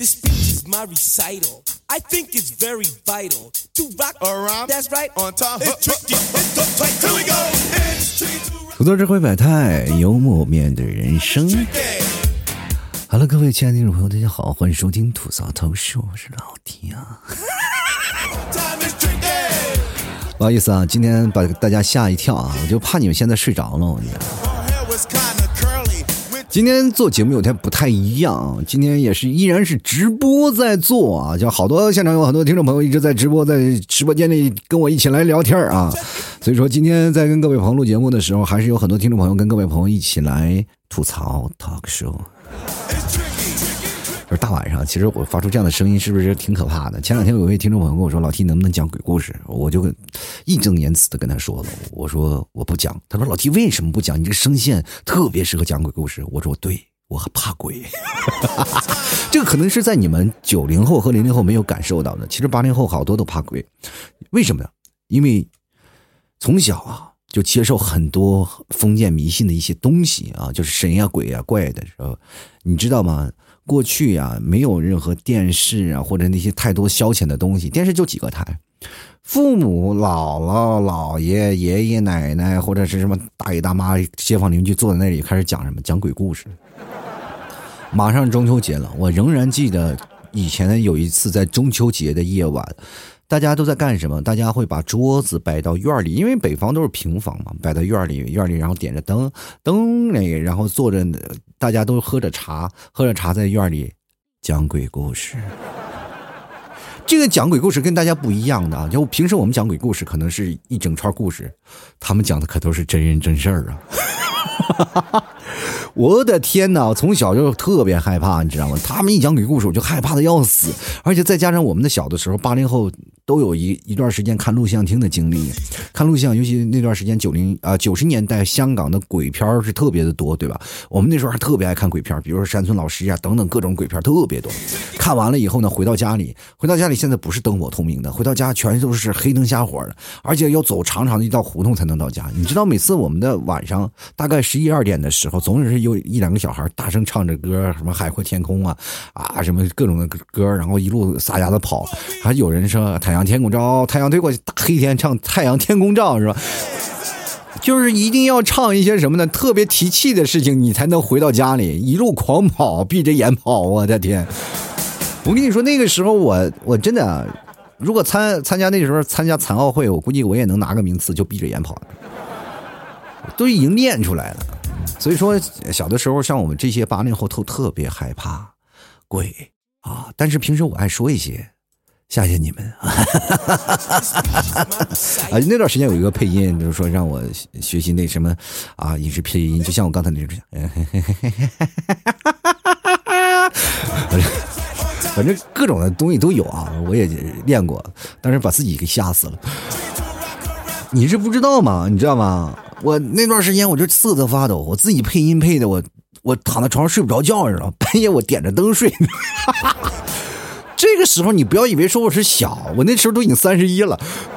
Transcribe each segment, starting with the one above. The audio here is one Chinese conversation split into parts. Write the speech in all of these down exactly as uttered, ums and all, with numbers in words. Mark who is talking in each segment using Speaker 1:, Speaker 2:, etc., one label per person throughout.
Speaker 1: This speech is my recital. I think it's very vital to rock around. That's right. On time. It's tricky. It's the tight. Here we go. It's tricky.
Speaker 2: 土豆智慧百态，幽默面对人生。好了，各位亲爱的听众朋友，大家好，欢迎收听吐槽透视，我是老 T 啊。不好意思啊，今天把大家吓一跳啊，我就怕你们现在睡着了。我今天做节目有点不太一样，今天也是依然是直播在做啊，就好多现场有很多听众朋友一直在直播，在直播间里跟我一起来聊天啊，所以说今天在跟各位朋友录节目的时候，还是有很多听众朋友跟各位朋友一起来吐槽 talk show。就是大晚上，其实我发出这样的声音是不是挺可怕的？前两天有一位听众朋友跟我说：“老 T 能不能讲鬼故事？”我就义正言辞的跟他说了，我说我不讲。他说：“老 T 为什么不讲？你这个声线特别适合讲鬼故事。”我说：“对，我怕鬼。”这个可能是在你们九零后和零零后没有感受到的。其实八零后好多都怕鬼，为什么呢？因为从小啊就接受很多封建迷信的一些东西啊，就是神呀、鬼呀、怪的时候，你知道吗？过去啊，没有任何电视啊，或者那些太多消遣的东西，电视就几个台，父母、姥姥、姥爷、爷爷奶奶，或者是什么大爷大妈、街坊邻居坐在那里开始讲什么，讲鬼故事。马上中秋节了，我仍然记得以前有一次在中秋节的夜晚，大家都在干什么？大家会把桌子摆到院里，因为北方都是平房嘛，摆到院里，院里然后点着灯，灯那个，然后坐着，大家都喝着茶，喝着茶在院里讲鬼故事。这个讲鬼故事跟大家不一样的啊，就平时我们讲鬼故事可能是一整串故事，他们讲的可都是真人真事儿啊。我的天哪，从小就特别害怕，你知道吗？他们一讲鬼故事我就害怕的要死，而且再加上我们的小的时候，八零后都有一一段时间看录像厅的经历，看录像，尤其那段时间九零啊九十年代香港的鬼片是特别的多，对吧？我们那时候还特别爱看鬼片，比如说山村老师啊等等各种鬼片特别多。看完了以后呢，回到家里，回到家里现在不是灯火通明的，回到家全都是黑灯瞎火的，而且要走长长的一道胡同才能到家。你知道每次我们的晚上大概十一二点的时候，总是有一两个小孩大声唱着歌，什么海阔天空啊啊什么各种的歌，然后一路撒丫子跑，还有人说太阳天空照，太阳推过去，大黑天唱太阳天空照，是吧？就是一定要唱一些什么呢？特别提气的事情，你才能回到家里，一路狂跑，闭着眼跑，我的天！我跟你说，那个时候我我真的，如果参参加那时候参加残奥会，我估计我也能拿个名次，就闭着眼跑，都已经练出来了。所以说，小的时候像我们这些八零后都特别害怕鬼啊，但是平时我爱说一些，吓吓你们啊！那段时间有一个配音，就是说让我学习那什么啊，影视配音，就像我刚才那种，反正各种的东西都有啊，我也练过，但是把自己给吓死了。你是不知道吗？你知道吗？我那段时间我就瑟瑟发抖，我自己配音配的我我躺在床上睡不着觉，知道吗？半夜我点着灯睡。这个时候你不要以为说我是小，我那时候都已经三十一了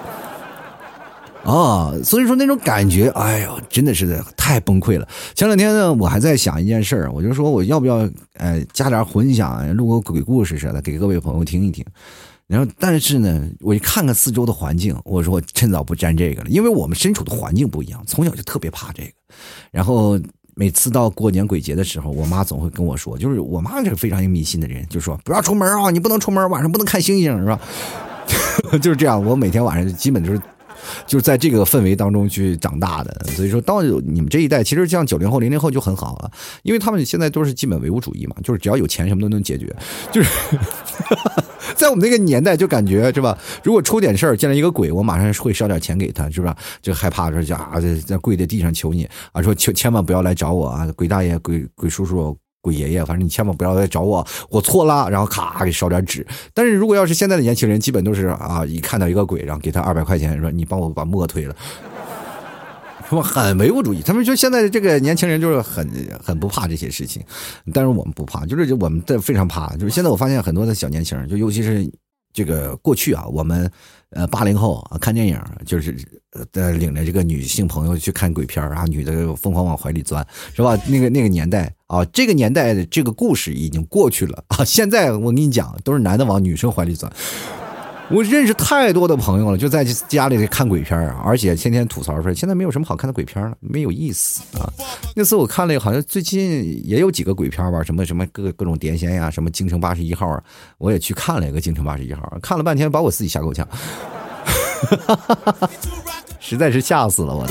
Speaker 2: 啊，所以说那种感觉，哎呦，真的是太崩溃了。前两天呢，我还在想一件事儿，我就说我要不要呃加点混响，录个鬼故事似的，给各位朋友听一听。然后，但是呢，我一看看四周的环境，我说我趁早不沾这个了，因为我们身处的环境不一样，从小就特别怕这个。然后每次到过年鬼节的时候，我妈总会跟我说，就是我妈这个非常迷信的人，就说不要出门啊，你不能出门，晚上不能看星星，是吧？就是这样，我每天晚上基本就是。就是在这个氛围当中去长大的，所以说到你们这一代，其实像九零后、零零后就很好了，因为他们现在都是基本唯物主义嘛，就是只要有钱什么都能解决。就是在我们那个年代，就感觉是吧？如果出点事儿，见了一个鬼，我马上会烧点钱给他，是吧？就害怕说就啊，在跪在地上求你啊，说求千万不要来找我啊，鬼大爷、鬼鬼叔叔。鬼爷爷，反正你千万不要来找我，我错了，然后咔给烧点纸。但是如果要是现在的年轻人，基本都是啊，一看到一个鬼，然后给他二百块钱，说你帮我把墨推了，说很唯物主义。他们说现在的这个年轻人就是很很不怕这些事情，但是我们不怕，就是我们的非常怕。就是现在我发现很多的小年轻人，就尤其是这个过去啊，我们呃八零后啊看电影就是呃领着这个女性朋友去看鬼片啊，女的疯狂往怀里钻，是吧？那个那个年代啊，这个年代的这个故事已经过去了啊。现在我跟你讲，都是男的往女生怀里钻。我认识太多的朋友了，就在家里看鬼片啊，而且天天吐槽说现在没有什么好看的鬼片了，没有意思啊。那次我看了，好像最近也有几个鬼片吧，什么什么各各种碟仙呀，什么京城八十一号，我也去看了一个京城八十一号，看了半天把我自己吓够呛，实在是吓死了我都。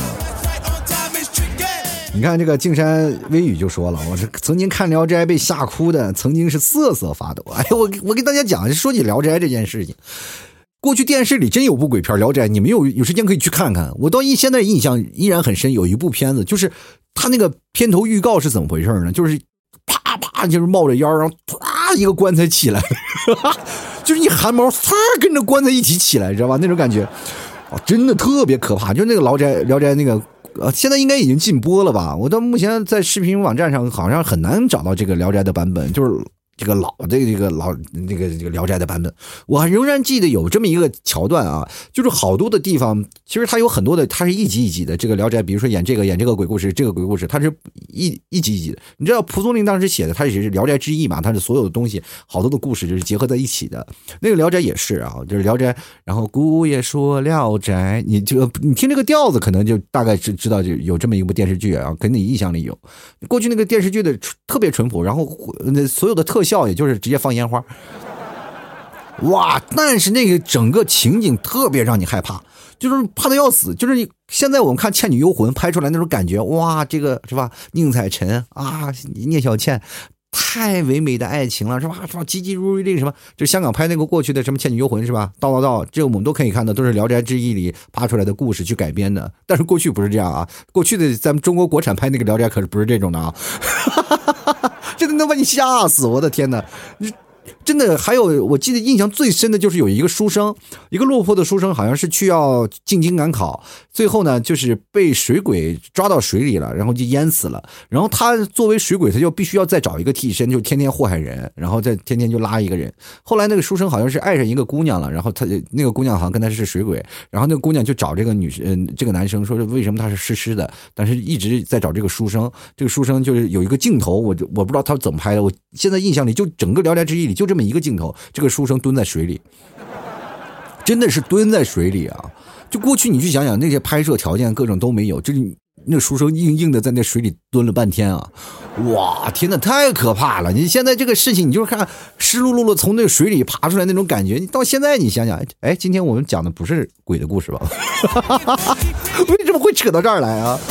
Speaker 2: 你看这个静山微雨就说了，我是曾经看聊斋被吓哭的，曾经是瑟瑟发抖。哎，我我跟大家讲，说起聊斋这件事情，过去电视里真有部鬼片聊斋，你们有有时间可以去看看。我到现在印象依然很深，有一部片子，就是他那个片头预告是怎么回事呢？就是啪啪就是冒着烟，然后啪一个棺材起来，就是一汗毛啪跟着棺材一起起来，知道吧？那种感觉，哦，真的特别可怕。就是那个聊斋聊斋那个。呃，现在应该已经禁播了吧？我到目前在视频网站上好像很难找到这个《聊斋》的版本，就是这个老这个这个老这个这个《聊斋》的版本。我还仍然记得有这么一个桥段啊，就是好多的地方，其实它有很多的，它是一集一集的。这个《聊斋》，比如说演这个演这个鬼故事，这个鬼故事，它是一一集一集的。你知道蒲松龄当时写的，它也是《聊斋志异》嘛，它是所有的东西，好多的故事就是结合在一起的。那个《聊斋》也是啊，就是《聊斋》，然后姑爷说《聊斋》，你这个你听这个调子，可能就大概知知道就有这么一部电视剧啊，跟你印象里有。过去那个电视剧的特别淳朴，然后那所有的特效也就是直接放烟花。哇！但是那个整个情景特别让你害怕，就是怕的要死。就是你现在我们看《倩女幽魂》拍出来那种感觉，哇，这个是吧？宁采臣啊，聂小倩，太唯美的爱情了，是吧？是吧？急急如律令什么？就香港拍那个过去的什么《倩女幽魂》是吧？道道道，这个我们都可以看到，都是《聊斋志异》里拍出来的故事去改编的。但是过去不是这样啊，过去的咱们中国国产拍那个《聊斋》可是不是这种的啊，真的能把你吓死！我的天哪！真的，还有我记得印象最深的就是有一个书生，一个落魄的书生，好像是去要进京赶考，最后呢就是被水鬼抓到水里了，然后就淹死了。然后他作为水鬼，他就必须要再找一个替身，就天天祸害人，然后再天天就拉一个人。后来那个书生好像是爱上一个姑娘了，然后他那个姑娘好像跟他是水鬼，然后那个姑娘就找这个女生，这个男生说为什么他是湿湿的，但是一直在找这个书生。这个书生就是有一个镜头，我我不知道他怎么拍的，我现在印象里就整个《聊斋志异》里就这么一个镜头，这个书生蹲在水里，真的是蹲在水里啊！就过去你去想想，那些拍摄条件各种都没有，这那书生硬硬的在那水里蹲了半天啊！哇，天哪，太可怕了！你现在这个事情，你就是看湿漉漉的从那个水里爬出来那种感觉，你到现在你想想，哎，今天我们讲的不是鬼的故事吧？为什么会扯到这儿来啊？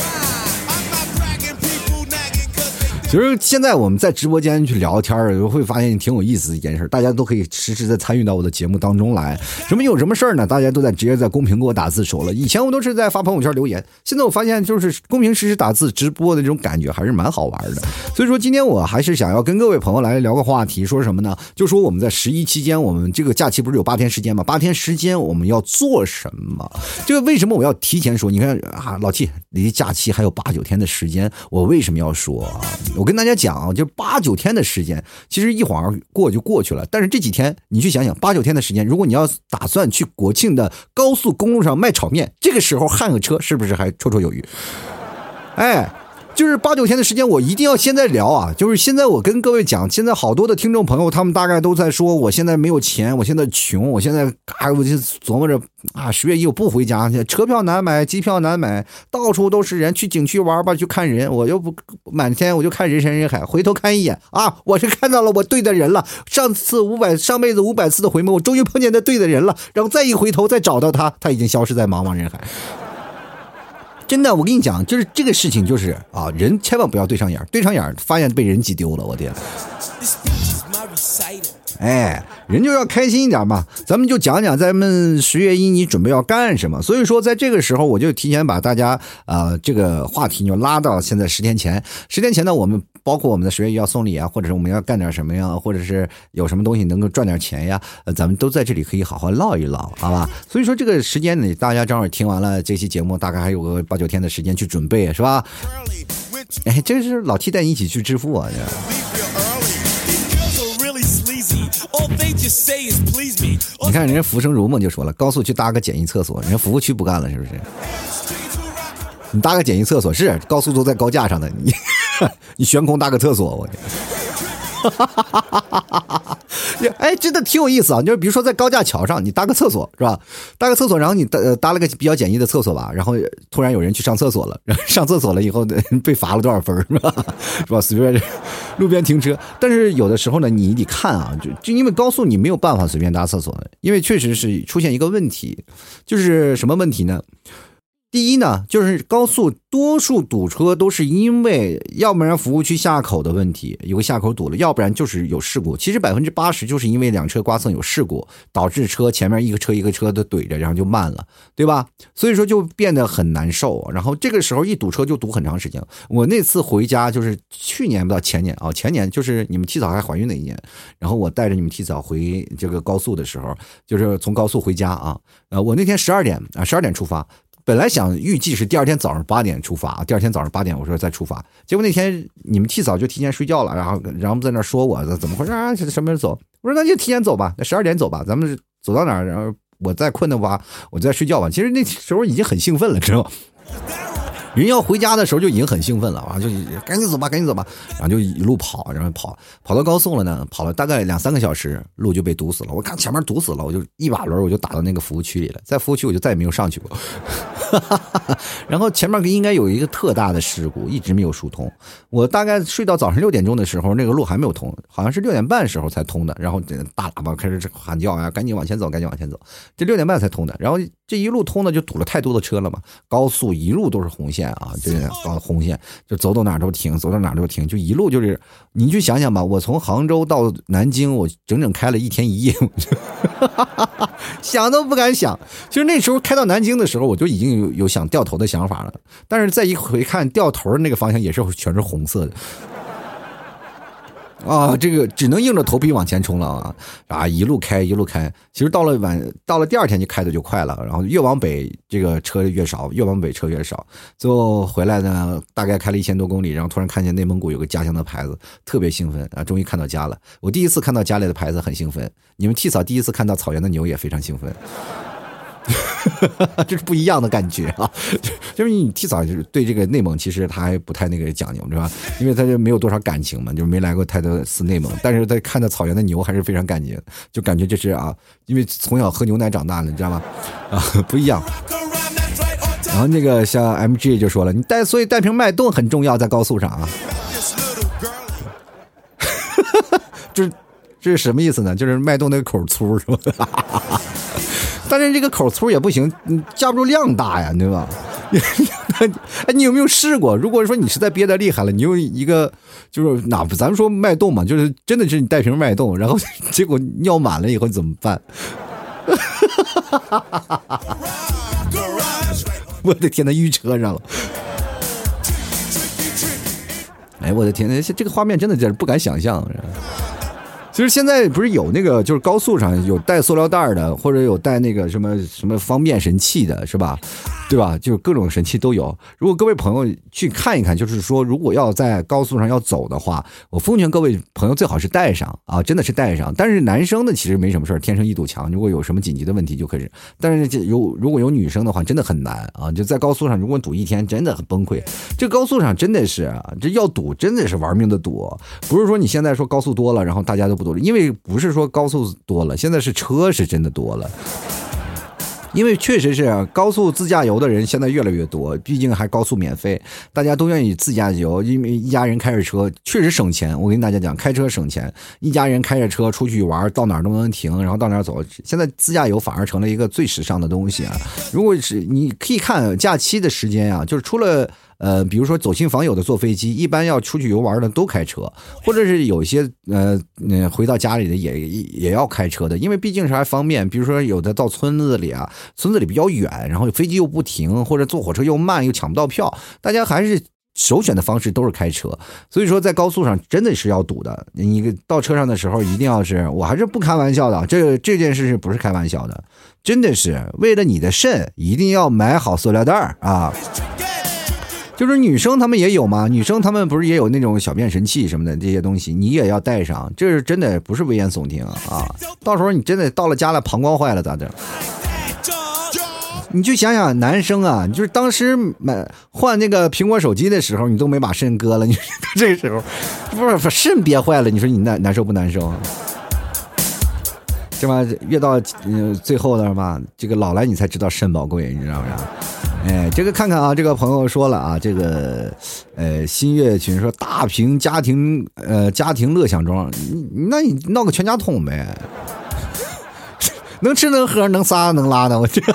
Speaker 2: 其实现在我们在直播间去聊天，会发现挺有意思的一件事，大家都可以实时的参与到我的节目当中来。什么有什么事儿呢？大家都在直接在公屏给我打字说了。以前我都是在发朋友圈留言，现在我发现就是公屏实时打字直播的这种感觉还是蛮好玩的。所以说今天我还是想要跟各位朋友来聊个话题，说什么呢？就说我们在十一期间，我们这个假期不是有八天时间吗？八天时间我们要做什么？这个为什么我要提前说？你看啊，老T，离假期还有八九天的时间，我为什么要说啊？我跟大家讲啊，就八九天的时间，其实一晃过就过去了。但是这几天你去想想，八九天的时间，如果你要打算去国庆的高速公路上卖炒面，这个时候焊个车是不是还绰绰有余？哎。就是八九天的时间，我一定要现在聊啊！就是现在我跟各位讲，现在好多的听众朋友，他们大概都在说，我现在没有钱，我现在穷，我现在啊，我就琢磨着啊，十月一我不回家，车票难买，机票难买，到处都是人，去景区玩吧，去看人，我又不满天我就看人山人海，回头看一眼啊，我是看到了我对的人了，上次五百上辈子五百次的回眸，我终于碰见那对的人了，然后再一回头再找到他，他已经消失在茫茫人海。真的，我跟你讲，就是这个事情，就是啊，人千万不要对上眼，对上眼发现被人挤丢了，我天！哎，人就要开心一点嘛。咱们就讲讲咱们十月一你准备要干什么。所以说，在这个时候，我就提前把大家呃这个话题就拉到现在十天前。十天前呢，我们包括我们的十月一要送礼啊，或者是我们要干点什么呀，或者是有什么东西能够赚点钱呀，呃，咱们都在这里可以好好唠一唠，好吧？所以说这个时间呢，大家正好听完了这期节目，大概还有个八九天的时间去准备，是吧？哎，这是老T带你一起去致富啊！ 你看人家浮生如梦就说了，高速去搭个简易厕所，人家服务区不干了是不是？你搭个简易厕所是高速都在高架上的，你你悬空搭个厕所，我哎，真的挺有意思啊！就是比如说在高架桥上，你搭个厕所是吧？搭个厕所，然后你搭搭了个比较简易的厕所吧，然后突然有人去上厕所了，然后上厕所了以后被罚了多少分是吧？是吧？随便路边停车，但是有的时候呢，你得看啊，就就因为高速你没有办法随便搭厕所，因为确实是出现一个问题，就是什么问题呢？第一呢，就是高速多数堵车都是因为要不然服务区下口的问题，有个下口堵了，要不然就是有事故。其实百分之八十就是因为两车刮蹭有事故，导致车前面一个车一个车的怼着，然后就慢了，对吧？所以说就变得很难受。然后这个时候一堵车就堵很长时间。我那次回家就是去年不到前年啊，前年就是你们提早还怀孕那一年，然后我带着你们提早回这个高速的时候，就是从高速回家啊，呃，我那天十二点啊，十二点出发。本来想预计是第二天早上八点出发，第二天早上八点我说再出发，结果那天你们提早就提前睡觉了，然后然后在那说我怎么回事啊？什么时候走？我说那就提前走吧，那十二点走吧，咱们走到哪儿，然后我再困的话，我再睡觉吧。其实那时候已经很兴奋了，知道吗？人要回家的时候就已经很兴奋了，然后就赶紧走吧，赶紧走吧，然后就一路跑，然后跑跑到高速了呢，跑了大概两三个小时，路就被堵死了。我看前面堵死了，我就一把轮我就打到那个服务区里了，在服务区我就再也没有上去过。然后前面应该有一个特大的事故，一直没有疏通。我大概睡到早上六点钟的时候，那个路还没有通，好像是六点半时候才通的。然后大喇叭开始喊叫啊，赶紧往前走，赶紧往前走。这六点半才通的，然后这一路通的就堵了太多的车了嘛。高速一路都是红线啊，就是啊红线，就走到哪儿都停，走到哪儿都停，就一路就是，你去想想吧，我从杭州到南京，我整整开了一天一夜，想都不敢想。其实那时候开到南京的时候，我就已经有有想掉头的想法了，但是再一回看掉头的那个方向也是全是红色的。啊，这个只能硬着头皮往前冲了啊！啊，一路开一路开，其实到了晚，到了第二天就开的就快了，然后越往北这个车越少，越往北车越少，最后回来呢，大概开了一千多公里，然后突然看见内蒙古有个家乡的牌子，特别兴奋啊！终于看到家了。我第一次看到家里的牌子很兴奋，你们替嫂第一次看到草原的牛也非常兴奋。这是不一样的感觉啊！就是你替嫂就是对这个内蒙其实他还不太那个讲究，对吧？因为他就没有多少感情嘛，就没来过太多次内蒙。但是他看到草原的牛还是非常感觉，就感觉这是啊，因为从小喝牛奶长大的，你知道吗？啊，不一样。然后那个像 M G 就说了，你带所以带瓶脉动很重要，在高速上啊。这这是什么意思呢？就是脉动那个口粗是吧？但是这个口粗也不行，你架不住量大呀，对吧？哎，你有没有试过？如果说你实在憋得厉害了，你用一个就是哪咱们说脉动嘛，就是真的是你带瓶脉动，然后结果尿满了以后怎么办？我的天，他晕车上了！哎，我的天，这个画面真的就是不敢想象。其实现在不是有那个，就是高速上有带塑料袋的，或者有带那个什么什么方便神器的，是吧？对吧？就是各种神器都有。如果各位朋友去看一看，就是说，如果要在高速上要走的话，我奉劝各位朋友最好是带上啊，真的是带上。但是男生呢，其实没什么事，天生一堵墙，如果有什么紧急的问题就可以。但是有如果有女生的话，真的很难啊！就在高速上，如果堵一天，真的很崩溃。这高速上真的是啊，这要堵真的是玩命的堵，不是说你现在说高速多了，然后大家都不堵了，因为不是说高速多了，现在是车是真的多了。因为确实是高速自驾游的人现在越来越多，毕竟还高速免费，大家都愿意自驾游，因为一家人开着车确实省钱。我跟大家讲，开车省钱，一家人开着车出去玩，到哪儿都能停，然后到哪儿走。现在自驾游反而成了一个最时尚的东西啊！如果是你可以看假期的时间啊，就是除了呃，比如说走亲访友的坐飞机，一般要出去游玩的都开车，或者是有一些呃呃回到家里的也也要开车的，因为毕竟是还方便。比如说有的到村子里啊，村子里比较远，然后飞机又不停，或者坐火车又慢又抢不到票，大家还是首选的方式都是开车。所以说在高速上真的是要堵的，你到车上的时候一定要是，我还是不开玩笑的，这这件事是不是开玩笑的，真的是为了你的肾一定要买好塑料袋啊。 就是女生她们也有吗？女生她们不是也有那种小便神器什么的这些东西，你也要带上，这是真的不是危言耸听啊！到时候你真的到了家了，膀胱坏了咋整？你就想想男生啊，就是当时买换那个苹果手机的时候，你都没把肾割了，你说这时候不是肾憋坏了，你说你难难受不难受？是吧？越到、呃、最后的吧，这个老来你才知道肾宝贵，你知道不知道？哎，这个看看啊，这个朋友说了啊，这个呃新月群说大屏家庭呃家庭乐享装，那你闹个全家桶呗。能吃能喝能撒能拉的，我这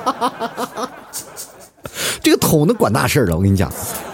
Speaker 2: 这个桶能管大事了，我跟你讲。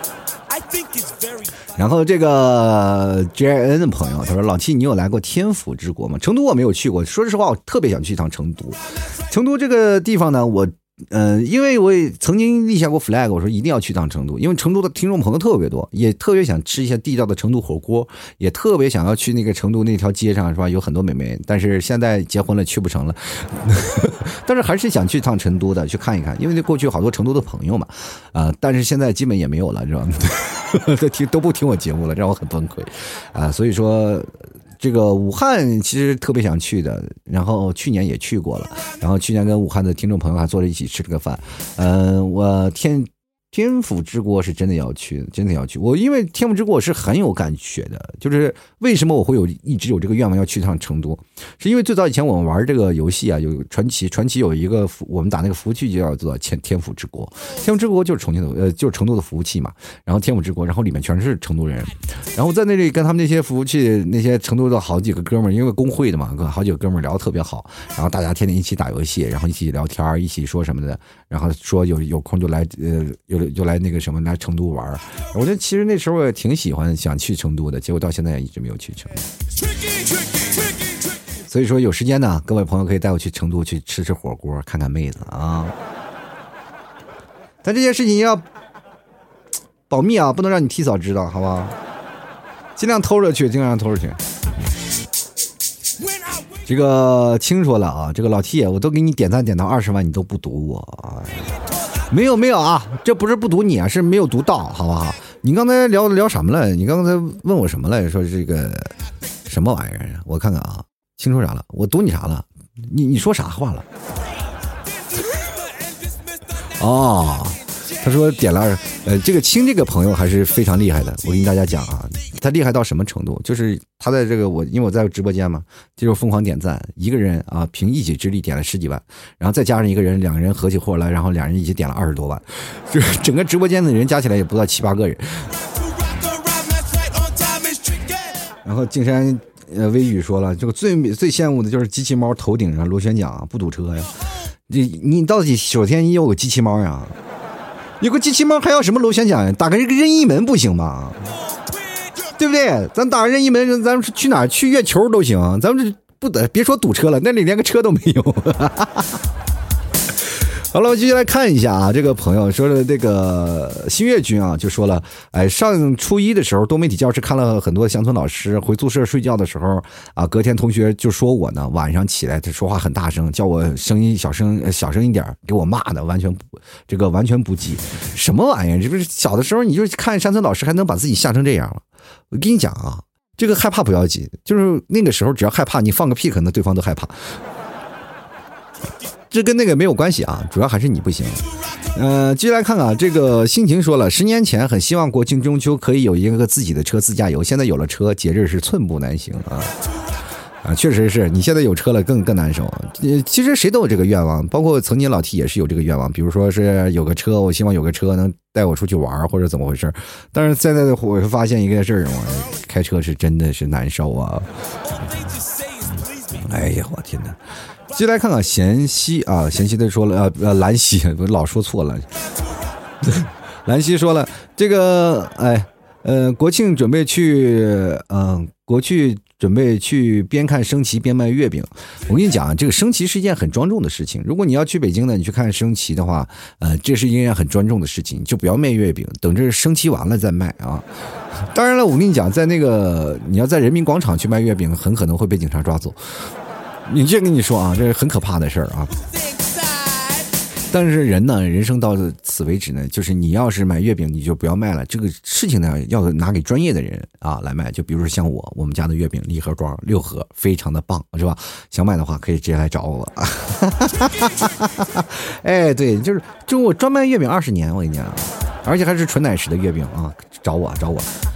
Speaker 2: 然后这个 J N 的朋友他说：“老 T， 你有来过天府之国吗？成都我没有去过，说实话，我特别想去一趟成都。成都这个地方呢，我。”呃，因为我也曾经立下过 flag， 我说一定要去趟成都，因为成都的听众朋友特别多，也特别想吃一下地道的成都火锅，也特别想要去那个成都那条街上，是吧？有很多美眉，但是现在结婚了去不成了，但是还是想去趟成都的，去看一看，因为过去有好多成都的朋友嘛，啊、呃，但是现在基本也没有了，知道吗？都听都不听我节目了，让我很崩溃啊、呃，所以说。这个武汉其实特别想去的，然后去年也去过了，然后去年跟武汉的听众朋友还坐着一起吃了个饭。嗯、呃，我天天府之国是真的要去，真的要去。我因为天府之国我是很有感觉的，就是为什么我会有一直有这个愿望要去趟成都，是因为最早以前我们玩这个游戏啊，有传奇，传奇有一个我们打那个服务器就叫做天天府之国，天府之国就是重庆的呃就是成都的服务器嘛，然后天府之国，然后里面全是成都人，然后在那里跟他们那些服务器那些成都的好几个哥们儿，因为工会的嘛，跟好几个哥们儿聊得特别好，然后大家天天一起打游戏，然后一起聊天，一起说什么的，然后说有有空就来呃有。就来那个什么来成都玩，我觉得其实那时候我也挺喜欢想去成都的，结果到现在也一直没有去成。所以说有时间呢，各位朋友可以带我去成都去吃吃火锅，看看妹子啊。但这件事情要保密啊，不能让你提早知道，好不好？尽量偷着去，尽量偷着去。这个清说了啊，这个老 T 我都给你点赞点到二十万，你都不读我啊。没有没有啊，这不是不读你啊，是没有读到，好不好？你刚才聊聊什么了？你刚才问我什么了？说这个什么玩意儿？我看看啊，清说啥了？我读你啥了？你你说啥话了？哦，他说点了，呃，这个清这个朋友还是非常厉害的。我跟大家讲啊，他厉害到什么程度？就是他在这个我，因为我在直播间嘛，就是疯狂点赞，一个人啊，凭一己之力点了十几万，然后再加上一个人，两个人合起伙来，然后两人一起点了二十多万，就是整个直播间的人加起来也不到七八个人。然后静山呃微雨说了，这个最最羡慕的就是机器猫头顶上螺旋桨不堵车呀。你你到底首先你有个机器猫呀？有个机器猫还要什么螺旋桨呀？打个任意门不行吗？对不对？咱打个任意门，咱们去哪儿？去月球都行。咱们这不得别说堵车了，那里连个车都没有。好了，我继续来看一下啊，这个朋友说的这个新月君啊，就说了，哎，上初一的时候，多媒体教室看了很多乡村老师，回宿舍睡觉的时候啊，隔天同学就说我呢，晚上起来他说话很大声，叫我声音小声小声一点，给我骂的完全不这个完全不记，什么玩意儿？这不是小的时候你就看乡村老师还能把自己吓成这样了？我跟你讲啊，这个害怕不要紧，就是那个时候只要害怕，你放个屁，可能对方都害怕。这跟那个没有关系啊，主要还是你不行。呃，继续来看啊，这个心情说了，十年前很希望国庆中秋可以有一个自己的车自驾游，现在有了车，节日是寸步难行啊。啊，确实是你现在有车了更更难受。呃，其实谁都有这个愿望，包括曾经老 T 也是有这个愿望，比如说是有个车，我希望有个车能带我出去玩或者怎么回事。但是现在的我发现一个事儿，我开车是真的是难受啊。哎呀，我天哪！继续来看看贤熙啊，贤熙他说了，呃呃，兰溪，我老说错了。兰溪说了，这个哎呃，国庆准备去，嗯、呃，国庆准备去边看升旗边卖月饼。我跟你讲，这个升旗是一件很庄重的事情。如果你要去北京呢，你去看升旗的话，呃，这是一件很庄重的事情，就不要卖月饼，等着升旗完了再卖啊。当然了，我跟你讲，在那个你要在人民广场去卖月饼，很可能会被警察抓走。你这跟你说啊，这是很可怕的事儿啊。 但是人呢，人生到此为止呢，就是你要是买月饼，你就不要卖了。这个事情呢，要拿给专业的人啊来卖。就比如说像我，我们家的月饼礼盒装六盒，非常的棒，是吧？想买的话可以直接来找我。哎，对，就是就我专卖月饼二十年，我跟你讲，而且还是纯奶食的月饼啊，找我找我。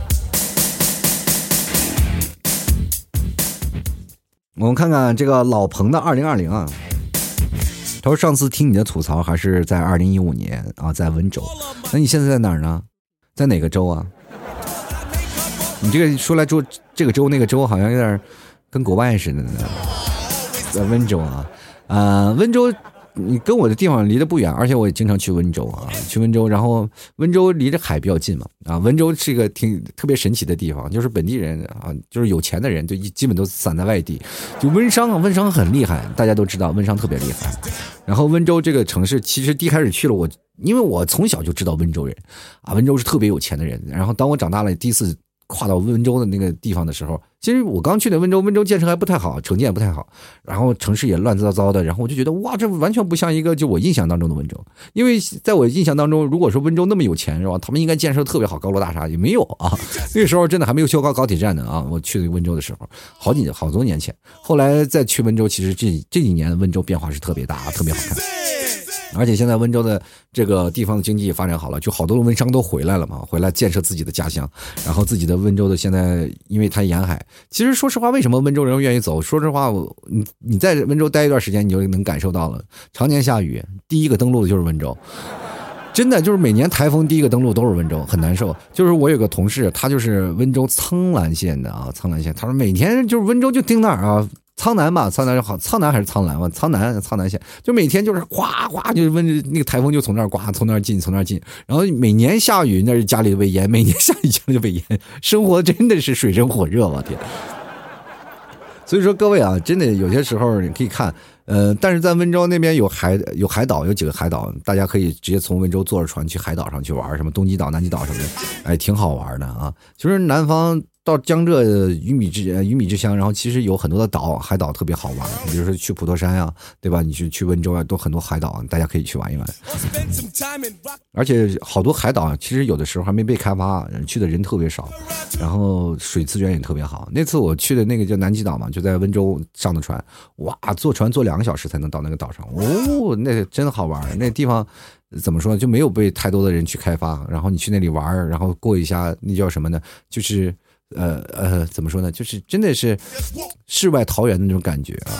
Speaker 2: 我们看看这个老彭的二零二零啊。他说上次听你的吐槽还是在二零一五年啊，在温州。那你现在在哪儿呢？在哪个州啊？你这个说来州这个州那个州好像有点跟国外似的呢。在温州啊，呃，温州你跟我的地方离得不远，而且我也经常去温州啊，去温州，然后温州离着海比较近嘛，啊，温州是一个挺特别神奇的地方，就是本地人啊，就是有钱的人就基本都散在外地，就温商啊，温商很厉害，大家都知道温商特别厉害。然后温州这个城市，其实第一开始去了我，因为我从小就知道温州人啊，温州是特别有钱的人。然后当我长大了，第一次跨到温州的那个地方的时候，其实我刚去的温州，温州建设还不太好，城建也不太好，然后城市也乱糟糟的，然后我就觉得哇，这完全不像一个就我印象当中的温州。因为在我印象当中，如果说温州那么有钱是吧，他们应该建设特别好，高楼大厦也没有啊。那个时候真的还没有修高高铁站呢啊！我去温州的时候，好几好多年前。后来再去温州，其实这这几年温州变化是特别大，特别好看。而且现在温州的这个地方的经济也发展好了，就好多的温商都回来了嘛，回来建设自己的家乡，然后自己的温州的现在因为它沿海，其实说实话，为什么温州人愿意走？说实话，我你你在温州待一段时间，你就能感受到了，常年下雨，第一个登陆的就是温州。真的就是每年台风第一个登陆都是温州，很难受。就是我有个同事，他就是温州苍兰县的啊，苍兰县，他说每天就是温州就盯那儿啊。苍南吧，苍南好，苍南还是苍兰吧？苍南，苍南县，就每天就是哗哗，就是温那个台风就从那儿刮，从那儿进，从那儿进，然后每年下雨那是家里被淹，每年下雨家里就被淹，生活真的是水深火热，我天！所以说各位啊，真的有些时候你可以看，呃，但是在温州那边有海有海岛，有几个海岛，大家可以直接从温州坐着船去海岛上去玩，什么东极岛、南极岛什么的，哎，挺好玩的啊。就是南方。到江浙鱼米之鱼米之乡，然后其实有很多的岛海岛特别好玩，比如说去普陀山啊，对吧？你去去温州啊，都很多海岛，大家可以去玩一玩。而且好多海岛其实有的时候还没被开发，去的人特别少，然后水资源也特别好。那次我去的那个叫南极岛嘛，就在温州上的船，哇，坐船坐两个小时才能到那个岛上，哦，那真好玩。那地方怎么说就没有被太多的人去开发，然后你去那里玩，然后过一下那叫什么呢？就是呃呃，怎么说呢？就是真的是世外桃源的那种感觉啊。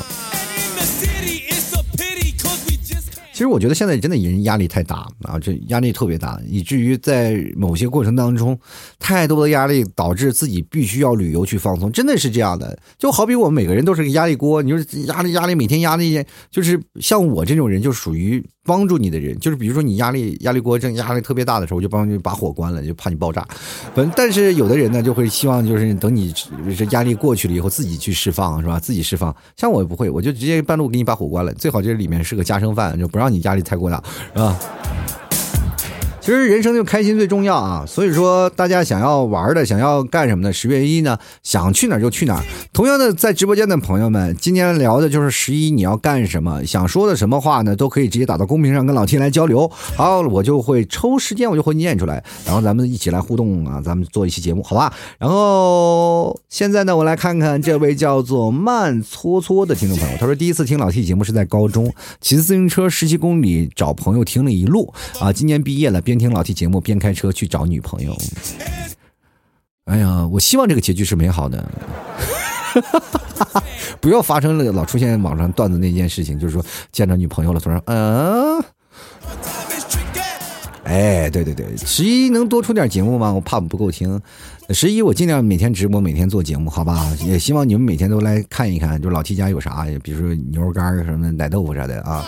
Speaker 2: 其实我觉得现在真的人压力太大啊，这压力特别大，以至于在某些过程当中，太多的压力导致自己必须要旅游去放松，真的是这样的。就好比我们每个人都是个压力锅，你说压力压力每天压力，就是像我这种人就属于帮助你的人，就是比如说你压力压力锅正压力特别大的时候，我就帮你把火关了，就怕你爆炸。但是有的人呢，就会希望就是等你这压力过去了以后，自己去释放，是吧？自己释放。像我也不会，我就直接半路给你把火关了，最好这里面是个家生饭，就不让你压力太过大，是吧？其实人生就开心最重要啊，所以说大家想要玩的，想要干什么的，十月一呢，想去哪儿就去哪儿。同样的，在直播间的朋友们，今天聊的就是十一你要干什么，想说的什么话呢，都可以直接打到公屏上跟老 T 来交流。好，我就会抽时间，我就会念出来，然后咱们一起来互动啊，咱们做一期节目，好吧？然后现在呢，我来看看这位叫做慢搓搓的听众朋友，他说第一次听老 T 节目是在高中，骑自行车十七公里找朋友听了一路啊，今年毕业了，边听老 T 节目边开车去找女朋友。哎呀，我希望这个结局是美好的。不要发生了老出现网上段子那件事情，就是说见着女朋友了，突然嗯，哎，对对对，十一能多出点节目吗？我怕不够听。十一我尽量每天直播，每天做节目，好吧？也希望你们每天都来看一看，就老 T 家有啥，比如说牛肉干什么奶豆腐啥的啊。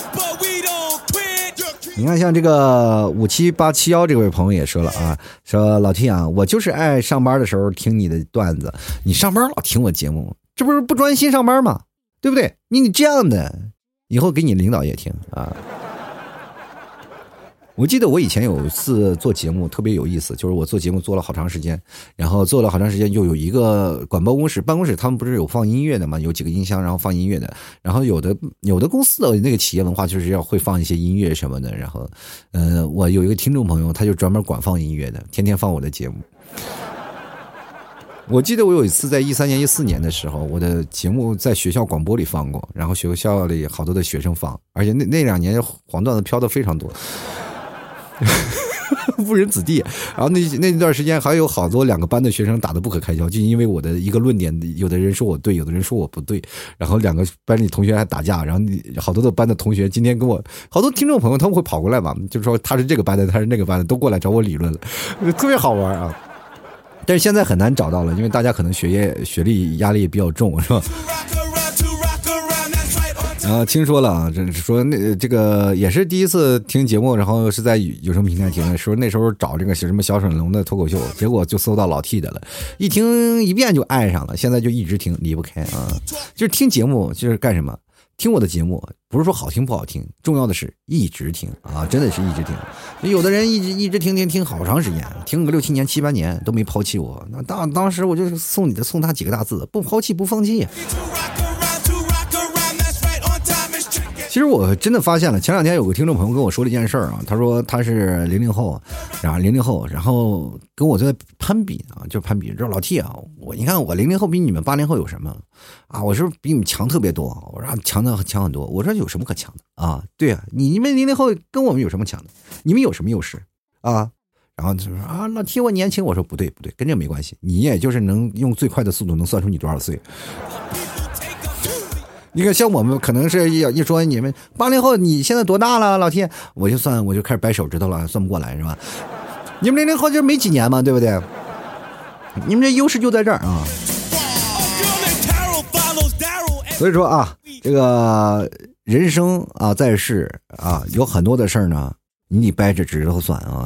Speaker 2: 你看像这个五七八七幺这位朋友也说了啊，说老 T 啊，我就是爱上班的时候听你的段子，你上班老听我节目，这不是不专心上班吗？对不对？你你这样的以后给你领导也听啊。 我记得我以前有一次做节目特别有意思，就是我做节目做了好长时间，然后做了好长时间，又有一个管办公室，办公室他们不是有放音乐的嘛，有几个音箱，然后放音乐的，然后有的有的公司的那个企业文化就是要会放一些音乐什么的，然后，呃，我有一个听众朋友，他就专门管放音乐的，天天放我的节目。我记得我有一次在一三年、一四年的时候，我的节目在学校广播里放过，然后学校里好多的学生放，而且那那两年黄段子飘的非常多，误人子弟。然后那那段时间还有好多两个班的学生打得不可开交，就因为我的一个论点，有的人说我对，有的人说我不对，然后两个班里同学还打架，然后好多的班的同学今天跟我，好多听众朋友他们会跑过来嘛，就说他是这个班的，他是那个班的，都过来找我理论了，特别好玩啊。但是现在很难找到了，因为大家可能学业学历压力也比较重，是吧？然后听说了啊，这说那这个也是第一次听节目，然后是在有什么平台听的，说那时候找这个什么小沈龙的脱口秀，结果就搜到老 T 的了，一听一遍就爱上了，现在就一直听离不开啊。就是听节目就是干什么？听我的节目不是说好听不好听，重要的是一直听啊，真的是一直听。有的人一直一直听听听好长时间，听个六七年七八年都没抛弃我，那当当时我就送你的送他几个大字：不抛弃不放弃。其实我真的发现了，前两天有个听众朋友跟我说了一件事儿啊，他说他是零零后，然后零零后，然后跟我在攀比啊，就攀比，说老 T 啊，我你看我零零后比你们八零后有什么啊？我是比你们强特别多，我说强的强很多，我说有什么可强的啊？对啊，你们零零后跟我们有什么强的？你们有什么优势啊？然后就说啊，老 T 我年轻，我说不对不对，跟这没关系，你也就是能用最快的速度能算出你多少岁。你看，像我们可能是一一说你们八零后，你现在多大了，老 T？我就算我就开始掰手指头了，算不过来是吧？你们零零后就没几年嘛，对不对？你们这优势就在这儿啊。所以说啊，这个人生啊，在世啊，有很多的事儿呢，你得掰着指头算啊。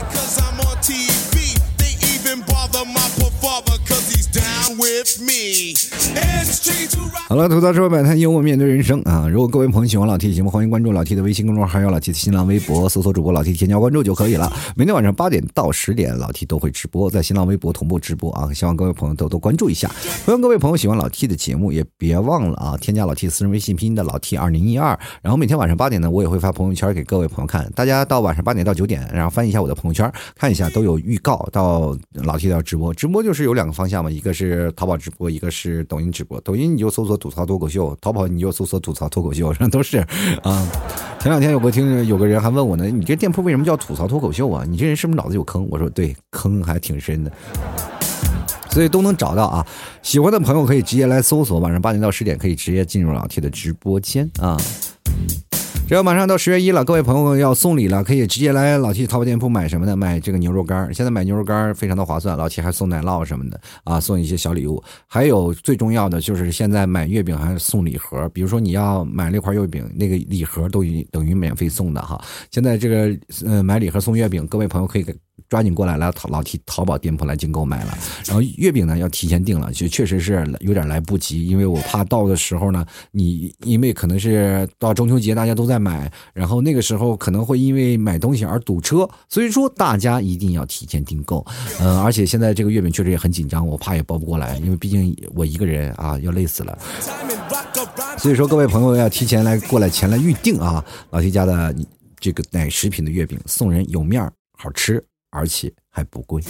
Speaker 2: 好了，吐槽说摆摊，幽默面对人生啊！如果各位朋友喜欢老 T 的节目，欢迎关注老 T 的微信公众号，还有老 T 的新浪微博，搜索主播老 T 添加关注就可以了。每天晚上八点到十点，老 T 都会直播，在新浪微博同步直播啊！希望各位朋友多多关注一下。欢迎各位朋友喜欢老 T 的节目，也别忘了啊，添加老 T 私人微信拼音的老 T 二零一二。然后每天晚上八点呢，我也会发朋友圈给各位朋友看。大家到晚上八点到九点，然后翻一下我的朋友圈，看一下都有预告到老 T 的直播。直播就是有两个方向嘛，一个是淘宝直播，一个是抖音直播。抖音你就搜索吐槽脱口秀，淘宝你就搜索吐槽脱口秀，都是啊。前两天有个听有个人还问我呢，你这店铺为什么叫吐槽脱口秀啊？你这人是不是脑子有坑？我说对，坑还挺深的。所以都能找到啊，喜欢的朋友可以直接来搜索，晚上八点到十点可以直接进入老 T 的直播间啊。只要马上到十月一了，各位朋友要送礼了，可以直接来老 T 淘宝店铺买什么的，买这个牛肉干。现在买牛肉干非常的划算，老 T 还送奶酪什么的啊，送一些小礼物。还有最重要的就是现在买月饼还送礼盒，比如说你要买那块月饼，那个礼盒都等于免费送的哈。现在这个呃买礼盒送月饼，各位朋友可以给抓紧过来来老 T 淘宝店铺来进购买了。然后月饼呢要提前订了，就确实是有点来不及，因为我怕到的时候呢，你因为可能是到中秋节大家都在买，然后那个时候可能会因为买东西而堵车，所以说大家一定要提前订购。呃，而且现在这个月饼确实也很紧张，我怕也包不过来，因为毕竟我一个人啊要累死了。所以说各位朋友要提前来过来前来预定啊，老 T 家的这个奶食品的月饼，送人有面好吃，而且还不贵。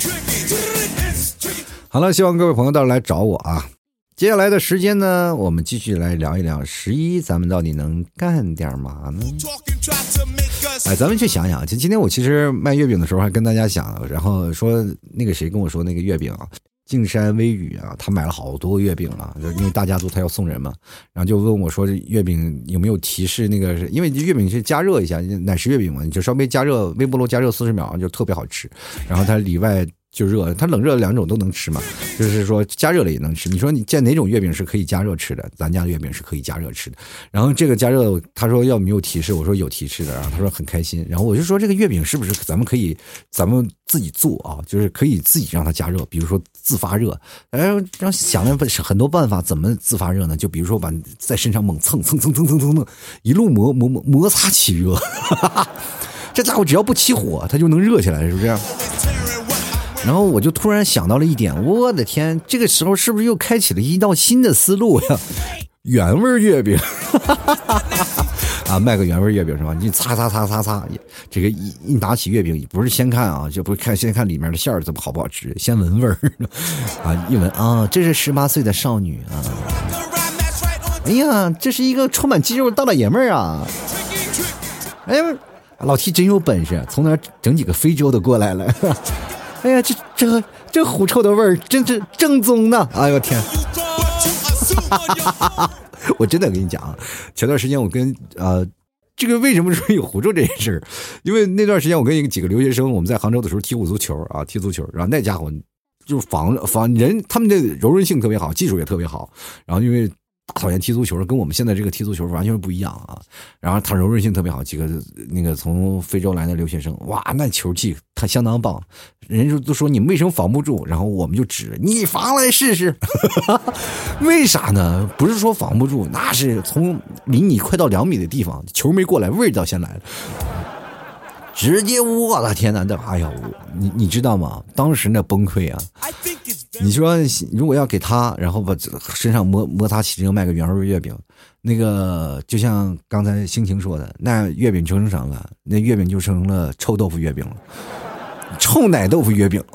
Speaker 2: 好了，希望各位朋友到来找我啊。接下来的时间呢，我们继续来聊一聊十一，咱们到底能干点嘛呢？哎，咱们去想想，就今天我其实卖月饼的时候还跟大家讲，然后说那个谁跟我说那个月饼啊，静山微雨啊，他买了好多月饼啊，因为大家族他要送人嘛，然后就问我说月饼有没有提示那个，因为月饼是加热一下，奶食月饼嘛，你就稍微加热，微波炉加热四十秒就特别好吃，然后它里外就热，它冷热两种都能吃嘛，就是说加热了也能吃。你说你见哪种月饼是可以加热吃的？咱家的月饼是可以加热吃的。然后这个加热，他说要没有提示，我说有提示的，然后他说很开心。然后我就说这个月饼是不是咱们可以咱们自己做啊？就是可以自己让它加热，比如说自发热。哎，让想了很多办法，怎么自发热呢？就比如说把在身上猛蹭蹭蹭蹭蹭蹭蹭，一路摩摩摩摩擦起热。 这家伙只要不起火，它就能热起来，是不是？然后我就突然想到了一点，我的天，这个时候是不是又开启了一道新的思路呀？原味月饼啊，卖个原味月饼是吧？你擦擦擦擦擦，这个一一拿起月饼，不是先看啊，就不是看先看里面的馅儿怎么好不好吃，先闻味儿啊，一闻啊，这是十八岁的少女啊，哎呀，这是一个充满肌肉的大老爷们儿啊，哎呀，老 T 真有本事，从哪整几个非洲的过来了，哎呀，这这这狐臭的味儿真是正宗的，哎呦天！我真的跟你讲啊，前段时间我跟呃，这个为什么说有狐臭这件事儿？因为那段时间我跟几个留学生，我们在杭州的时候踢过足球啊，踢足球，然后那家伙就是防防人，他们的柔韧性特别好，技术也特别好，然后因为大讨厌踢足球，跟我们现在这个踢足球完全不一样啊。然后他柔韧性特别好，几个那个从非洲来的留学生，哇，那球技他相当棒。人家都说你们为什么防不住，然后我们就指你防来试试。为啥呢？不是说防不住，那是从离你快到两米的地方，球没过来，味道先来了。直接我的天哪！这哎呀，你你知道吗？当时那崩溃啊！你说如果要给他，然后把身上摩摩擦起这个卖个原味月饼，那个就像刚才心情说的，那月饼就成什么了？那月饼就成了臭豆腐月饼了，臭奶豆腐月饼。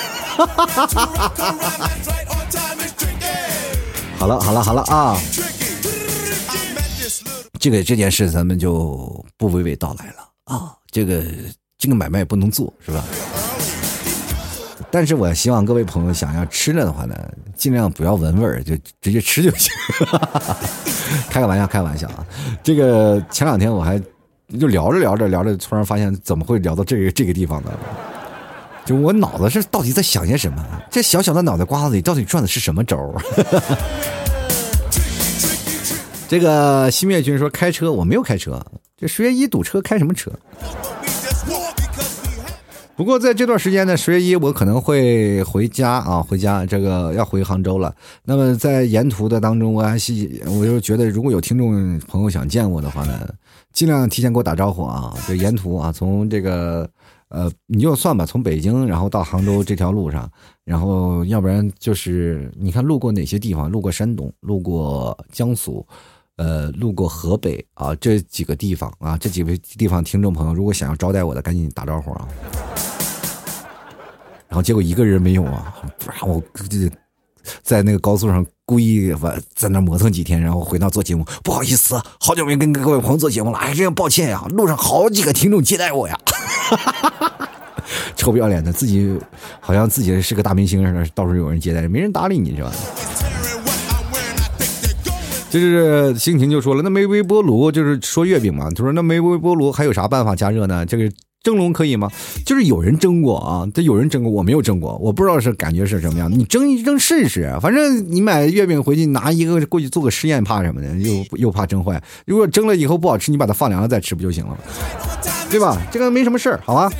Speaker 2: 好了好了好了啊！这个这件事咱们就不娓娓道来了啊！这个这个买卖不能做，是吧？但是我希望各位朋友想要吃了的话呢，尽量不要闻味儿，就直接吃就行。开个玩笑，开个玩笑啊！这个前两天我还就聊着聊着聊着，突然发现怎么会聊到这个这个地方呢？就我脑子是到底在想些什么？这小小的脑袋瓜子里到底转的是什么轴？这个西灭君说开车，我没有开车，这十月一堵车开什么车？不过在这段时间呢，十月一我可能会回家啊，回家这个要回杭州了。那么在沿途的当中，我还是我就觉得，如果有听众朋友想见我的话呢，尽量提前给我打招呼啊。这沿途啊，从这个呃，你就算吧，从北京然后到杭州这条路上，然后要不然就是你看路过哪些地方，路过山东，路过江苏。呃，路过河北啊，这几个地方啊，这几个地方听众朋友，如果想要招待我的，赶紧打招呼啊。然后结果一个人没有啊，不然我在那个高速上故意在那磨蹭几天，然后回到做节目，不好意思，好久没跟各位朋友做节目了，哎，这样抱歉呀，路上好几个听众接待我呀。臭不要脸的，自己好像自己是个大明星似的，到处有人接待，没人搭理你是吧？就是心情就说了，那没微波炉，就是说月饼嘛。他说那没微波炉还有啥办法加热呢？这个蒸笼可以吗？就是有人蒸过啊，这有人蒸过，我没有蒸过，我不知道是感觉是什么样。你蒸一蒸试试，反正你买月饼回去拿一个过去做个实验，怕什么的？又又怕蒸坏。如果蒸了以后不好吃，你把它放凉了再吃不就行了，对吧？这个没什么事儿，好吧？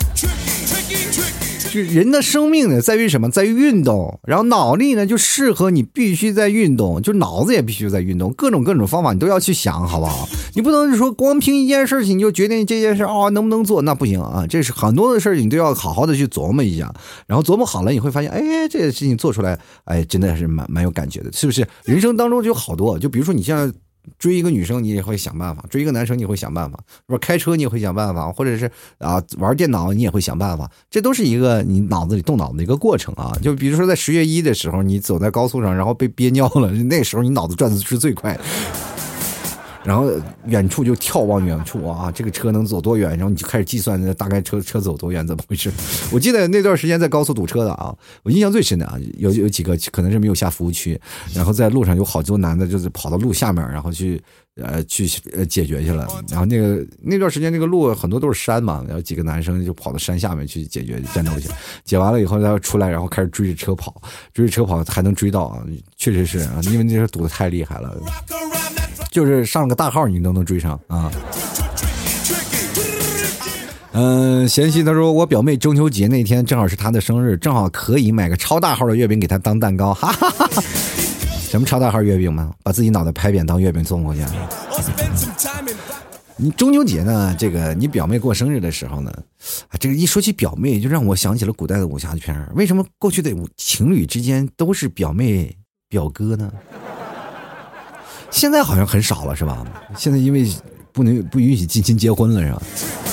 Speaker 2: 人的生命呢，在于什么？在于运动。然后脑力呢，就适合你必须在运动，就脑子也必须在运动，各种各种方法你都要去想，好不好？你不能说光凭一件事情你就决定这件事哦能不能做，那不行啊！这是很多的事情你都要好好的去琢磨一下，然后琢磨好了，你会发现，哎，这个事情做出来，哎，真的是蛮蛮有感觉的，是不是？人生当中就有好多，就比如说你现在。追一个女生你也会想办法，追一个男生你也会想办法，不是开车你也会想办法，或者是啊玩电脑你也会想办法，这都是一个你脑子里动脑子的一个过程啊。就比如说在十月一的时候，你走在高速上，然后被憋尿了，那时候你脑子转的是最快的。然后远处就眺望远处啊，这个车能走多远？然后你就开始计算大概车车走多远，怎么回事？我记得那段时间在高速堵车的啊，我印象最深的啊，有有几个可能是没有下服务区，然后在路上有好多男的，就是跑到路下面，然后去呃去呃解决去了。然后那个那段时间那个路很多都是山嘛，然后几个男生就跑到山下面去解决战斗去，解完了以后他出来，然后开始追着车跑，追着车跑还能追到啊，确实是啊，因为那时候堵得太厉害了。就是上个大号你都能追上啊。嗯、呃，贤妻他说我表妹中秋节那天正好是她的生日，正好可以买个超大号的月饼给她当蛋糕，哈哈哈哈。什么超大号月饼吗？把自己脑袋拍扁当月饼送过去。 你中秋节呢，这个你表妹过生日的时候呢，啊，这个一说起表妹，就让我想起了古代的武侠片。为什么过去的情侣之间都是表妹表哥呢？现在好像很少了，是吧？现在因为不能不允许近亲结婚了，是吧？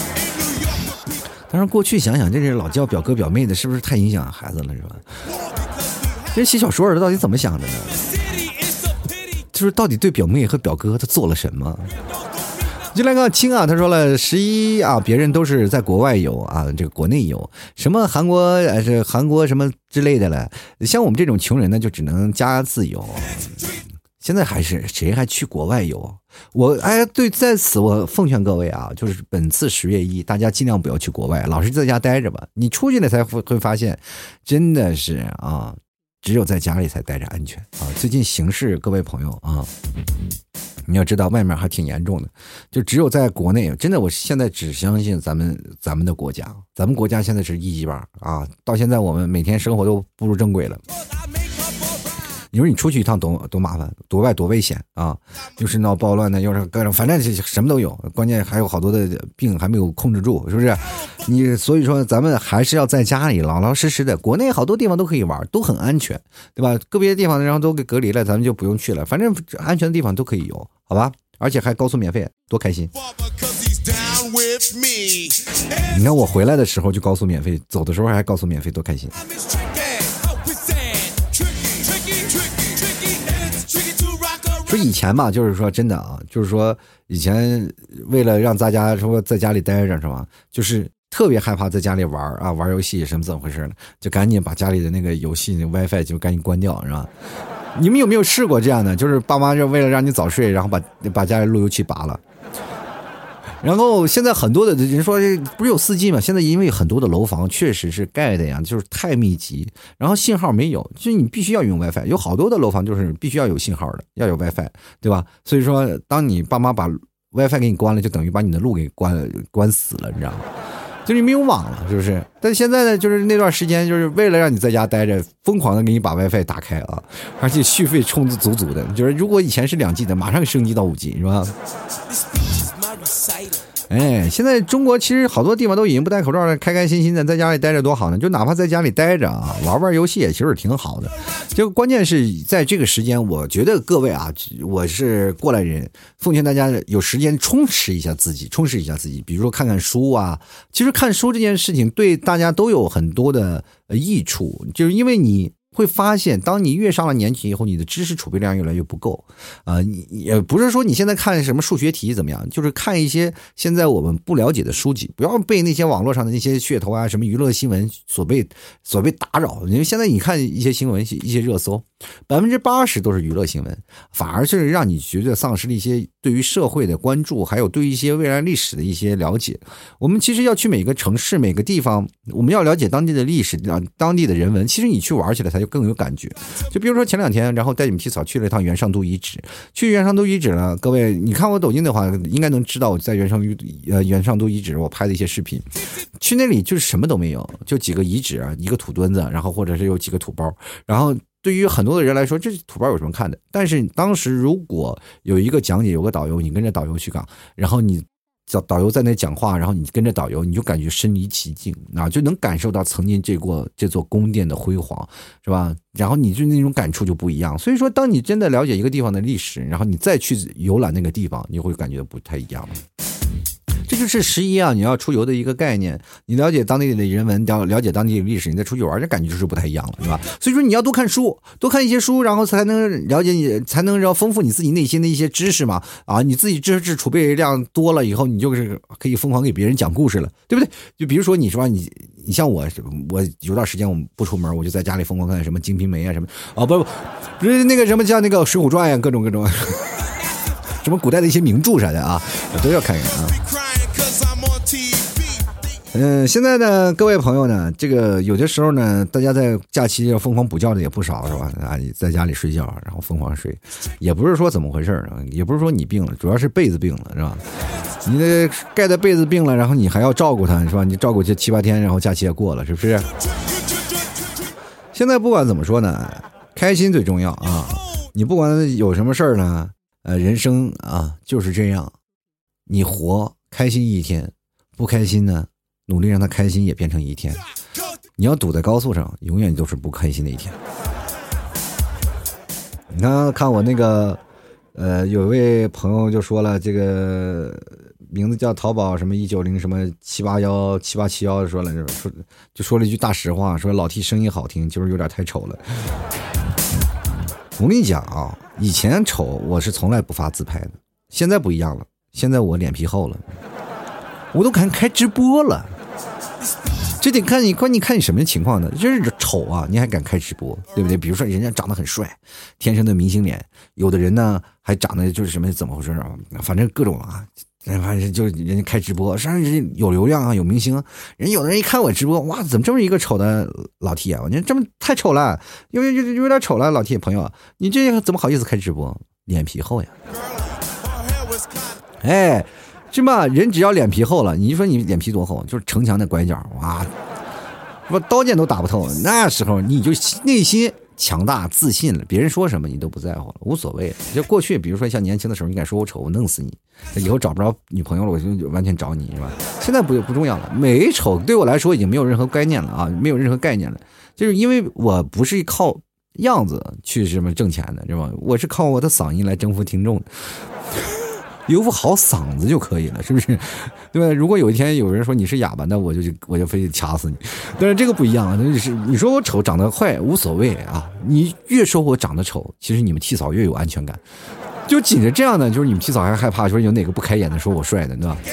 Speaker 2: 但是过去想想，这是老叫表哥表妹的，是不是太影响孩子了，是吧？这写小说的到底怎么想的呢？就是到底对表妹和表哥他做了什么？就来个亲啊，他说了十一啊，别人都是在国外游啊，这个国内游，什么韩国呃是韩国什么之类的了。像我们这种穷人呢，就只能加自由。现在还是谁还去国外游？我哎，对，在此我奉劝各位啊，就是本次十月一，大家尽量不要去国外，老实在家待着吧。你出去了才会发现，真的是啊，只有在家里才待着安全啊。最近形势，各位朋友啊，你要知道外面还挺严重的，就只有在国内，真的，我现在只相信咱们咱们的国家，咱们国家现在是一级棒啊！到现在我们每天生活都步入正轨了。你说你出去一趟多多麻烦，多外多危险啊！又是闹暴乱的，又是各种，反正什么都有。关键还有好多的病还没有控制住，是不是？你所以说咱们还是要在家里老老实实的。国内好多地方都可以玩，都很安全，对吧？个别的地方然后都给隔离了，咱们就不用去了。反正安全的地方都可以有，好吧？而且还高速免费，多开心！你看我回来的时候就高速免费，走的时候还高速免费，多开心！说以前嘛，就是说真的啊，就是说以前为了让大家说在家里待着是吧，就是特别害怕在家里玩啊，玩游戏什么怎么回事呢？就赶紧把家里的那个游戏那 WiFi 就赶紧关掉，是吧？你们有没有试过这样的？就是爸妈就为了让你早睡，然后把把家里路由器拔了。然后现在很多的人说不是有 四 G 吗？现在因为很多的楼房确实是盖的呀，就是太密集，然后信号没有，就是你必须要用 WiFi， 有好多的楼房就是必须要有信号的，要有 WiFi， 对吧？所以说当你爸妈把 WiFi 给你关了，就等于把你的路给关关死了，你知道吗？就是你没有网了，是不是？但现在呢，就是那段时间，就是为了让你在家待着，疯狂的给你把 WiFi 打开啊，而且续费充的足足的。就是如果以前是两 G 的，马上升级到五 G， 是吧？哎，现在中国其实好多地方都已经不戴口罩了，开开心心的在家里待着多好呢。就哪怕在家里待着啊，玩玩游戏也其实挺好的。就关键是在这个时间，我觉得各位啊，我是过来人，奉劝大家有时间充实一下自己，充实一下自己，比如说看看书啊。其实看书这件事情对大家都有很多的益处，就是因为你会发现，当你越上了年纪以后，你的知识储备量越来越不够啊、呃！也不是说你现在看什么数学题怎么样，就是看一些现在我们不了解的书籍，不要被那些网络上的那些噱头啊、什么娱乐新闻所被所被打扰。因为现在你看一些新闻、一些热搜，百分之八十都是娱乐新闻，反而是让你觉得丧失了一些对于社会的关注，还有对于一些未来历史的一些了解。我们其实要去每个城市、每个地方，我们要了解当地的历史、当地的人文。其实你去玩起来才就更有感觉。就比如说前两天，然后带你们提早去了一趟元上都遗址。去元上都遗址呢，各位你看我抖音的话，应该能知道我在元上呃元上都遗址我拍的一些视频。去那里就是什么都没有，就几个遗址啊，一个土墩子，然后或者是有几个土包，然后对于很多的人来说，这土包有什么看的？但是当时如果有一个讲解，有个导游，你跟着导游去讲，然后你导游在那讲话，然后你跟着导游，你就感觉身临其境啊，就能感受到曾经这过这座宫殿的辉煌，是吧？然后你就那种感触就不一样。所以说，当你真的了解一个地方的历史，然后你再去游览那个地方，你会感觉不太一样。这就是十一啊，你要出游的一个概念。你了解当地的人文，了了解当地的历史，你再出去玩，这感觉就是不太一样了，是吧？所以说你要多看书，多看一些书，然后才能了解你，才能让丰富你自己内心的一些知识嘛。啊，你自己知识储备量多了以后，你就是可以疯狂给别人讲故事了，对不对？就比如说你说你，你像我，我有段时间我不出门，我就在家里疯狂看什么《金瓶梅》啊什么，哦不不，不是那个什么像那个《水浒传》呀，各种各种。什么古代的一些名著啥的啊，我都要看一看啊。嗯，现在呢，各位朋友呢，这个有的时候呢，大家在假期要疯狂补觉的也不少，是吧？啊，你在家里睡觉，然后疯狂睡，也不是说怎么回事啊，也不是说你病了，主要是被子病了，是吧？你的盖的被子病了，然后你还要照顾它，是吧？你照顾这七八天，然后假期也过了，是不是？现在不管怎么说呢，开心最重要啊！你不管有什么事儿呢，呃，人生啊就是这样。 你活开心一天，不开心呢，努力让他开心也变成一天。你要堵在高速上，永远都是不开心的一天。你看看我那个呃，有位朋友就说了，这个名字叫淘宝什么一九零什么七八幺七八七幺，说了说就说了一句大实话，说老 T 声音好听，就是有点太丑了。我跟你讲啊，以前丑我是从来不发自拍的，现在不一样了，现在我脸皮厚了，我都敢开直播了。这得看你关你看你什么情况呢？就是丑啊，你还敢开直播，对不对？比如说人家长得很帅，天生的明星脸，有的人呢还长得就是什么怎么回事啊？反正各种啊，反正就人家开直播，实际上人有流量啊，有明星，人有的人一看我直播，哇，怎么这么一个丑的老 T 啊？我觉得这么太丑了，因为有点丑了，老 T 朋友，你这怎么好意思开直播？脸皮厚呀！哎。是吧？人只要脸皮厚了，你说你脸皮多厚，就是城墙的拐角，哇，什么刀剑都打不透。那时候你就内心强大自信了，别人说什么你都不在乎了，无所谓了。就过去，比如说像年轻的时候，你敢说我丑，我弄死你。以后找不着女朋友了，我就完全找你，是吧？现在不不重要了，美丑对我来说已经没有任何概念了啊，没有任何概念了。就是因为我不是靠样子去什么挣钱的，是吧？我是靠我的嗓音来征服听众的。有副好嗓子就可以了，是不是？对吧？如果有一天有人说你是哑巴，那我就我就非得掐死你。但是这个不一样啊，就是你说我丑长得坏无所谓啊，你越说我长得丑，其实你们替嫂越有安全感。就紧着这样的，就是你们替嫂还害怕说有哪个不开眼的说我帅的，对吧？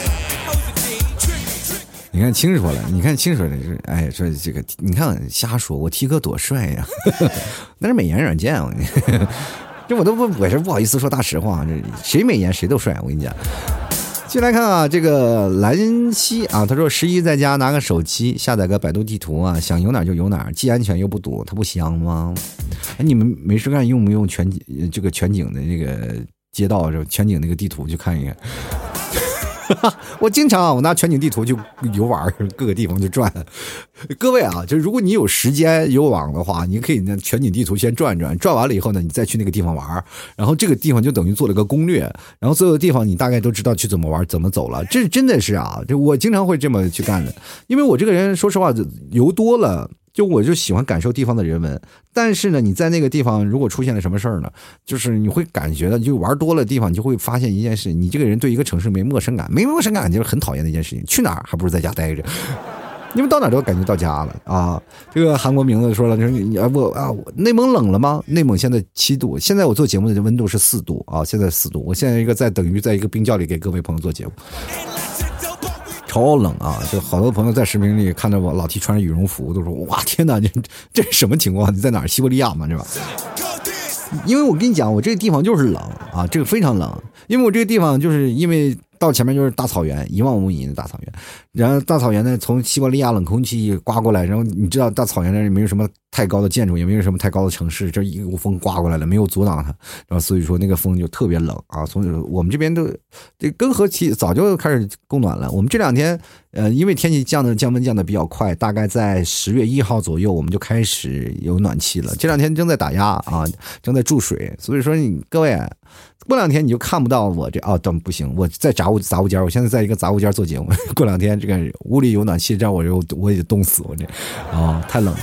Speaker 2: 你看清说了，你看清说的是，哎，说这个你看瞎说，我 T 哥多帅呀，那是美颜软件啊。这我都不，我是不好意思说大实话，这谁美颜谁都帅，我跟你讲。进来看啊，这个兰溪啊，他说十一在家拿个手机下载个百度地图啊，想有哪就有哪，既安全又不堵，它不香吗？哎，你们没事干用不用全这个全景的这个街道，全景那个地图去看一看？我经常啊，我拿全景地图就游玩，各个地方就转。各位啊，就如果你有时间有网的话，你可以那全景地图先转转，转完了以后呢，你再去那个地方玩，然后这个地方就等于做了个攻略，然后所有的地方你大概都知道去怎么玩怎么走了。这真的是啊，这我经常会这么去干的，因为我这个人说实话游多了。就我就喜欢感受地方的人文，但是呢，你在那个地方如果出现了什么事儿呢，就是你会感觉到，就玩多了地方，你就会发现一件事，你这个人对一个城市没陌生感，没陌生感就是很讨厌的一件事情。去哪儿还不如在家待着，你们到哪儿都感觉到家了啊！这个韩国名字说了，就是你啊我啊，内蒙冷了吗？内蒙现在七度，现在我做节目的温度是四度啊，现在四度，我现在一个在等于在一个冰窖里给各位朋友做节目。超冷啊！就好多朋友在视频里看到我老 T 穿着羽绒服，都说哇天哪，这这是什么情况？你在哪儿？西伯利亚吗？是吧？因为我跟你讲，我这个地方就是冷啊，这个非常冷。因为我这个地方就是因为到前面就是大草原，一望无垠的大草原。然后大草原呢，从西伯利亚冷空气刮过来，然后你知道大草原那里没有什么太高的建筑，也没有什么太高的城市，这一股风刮过来了，没有阻挡它，然后所以说那个风就特别冷啊。所以我们这边都这根河期早就开始供暖了。我们这两天呃，因为天气降的降温降的比较快，大概在十月一号左右，我们就开始有暖气了。这两天正在打压啊，正在注水，所以说你各位。过两天你就看不到我这哦，等不行，我在杂物杂物间，我现在在一个杂物间做节目。过两天这个屋里有暖气，这样我就我也冻死我这，哦，太冷了。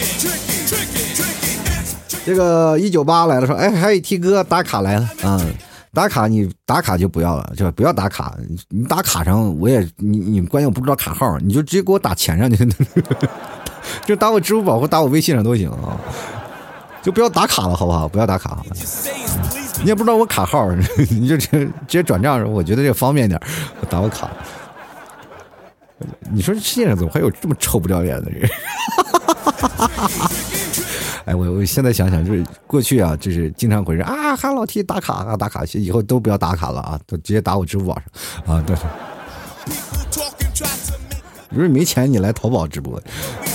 Speaker 2: 这个一九八来了，说，哎，还有 T 哥打卡来了，嗯，打卡你打卡就不要了，就不要打卡，你打卡上我也你你关键我不知道卡号，你就直接给我打钱上去，就打我支付宝或打我微信上都行啊，就不要打卡了，好不好？不要打卡好了。你也不知道我卡号，你就直接直接转账，我觉得这方便点，我打我卡。你说世界上怎么还有这么臭不要脸的人？哎，我我现在想想，就是过去啊，就是经常会是啊，喊老 T 打卡啊，打卡，以后都不要打卡了啊，都直接打我支付宝上啊。对，如果没钱，你来淘宝直播。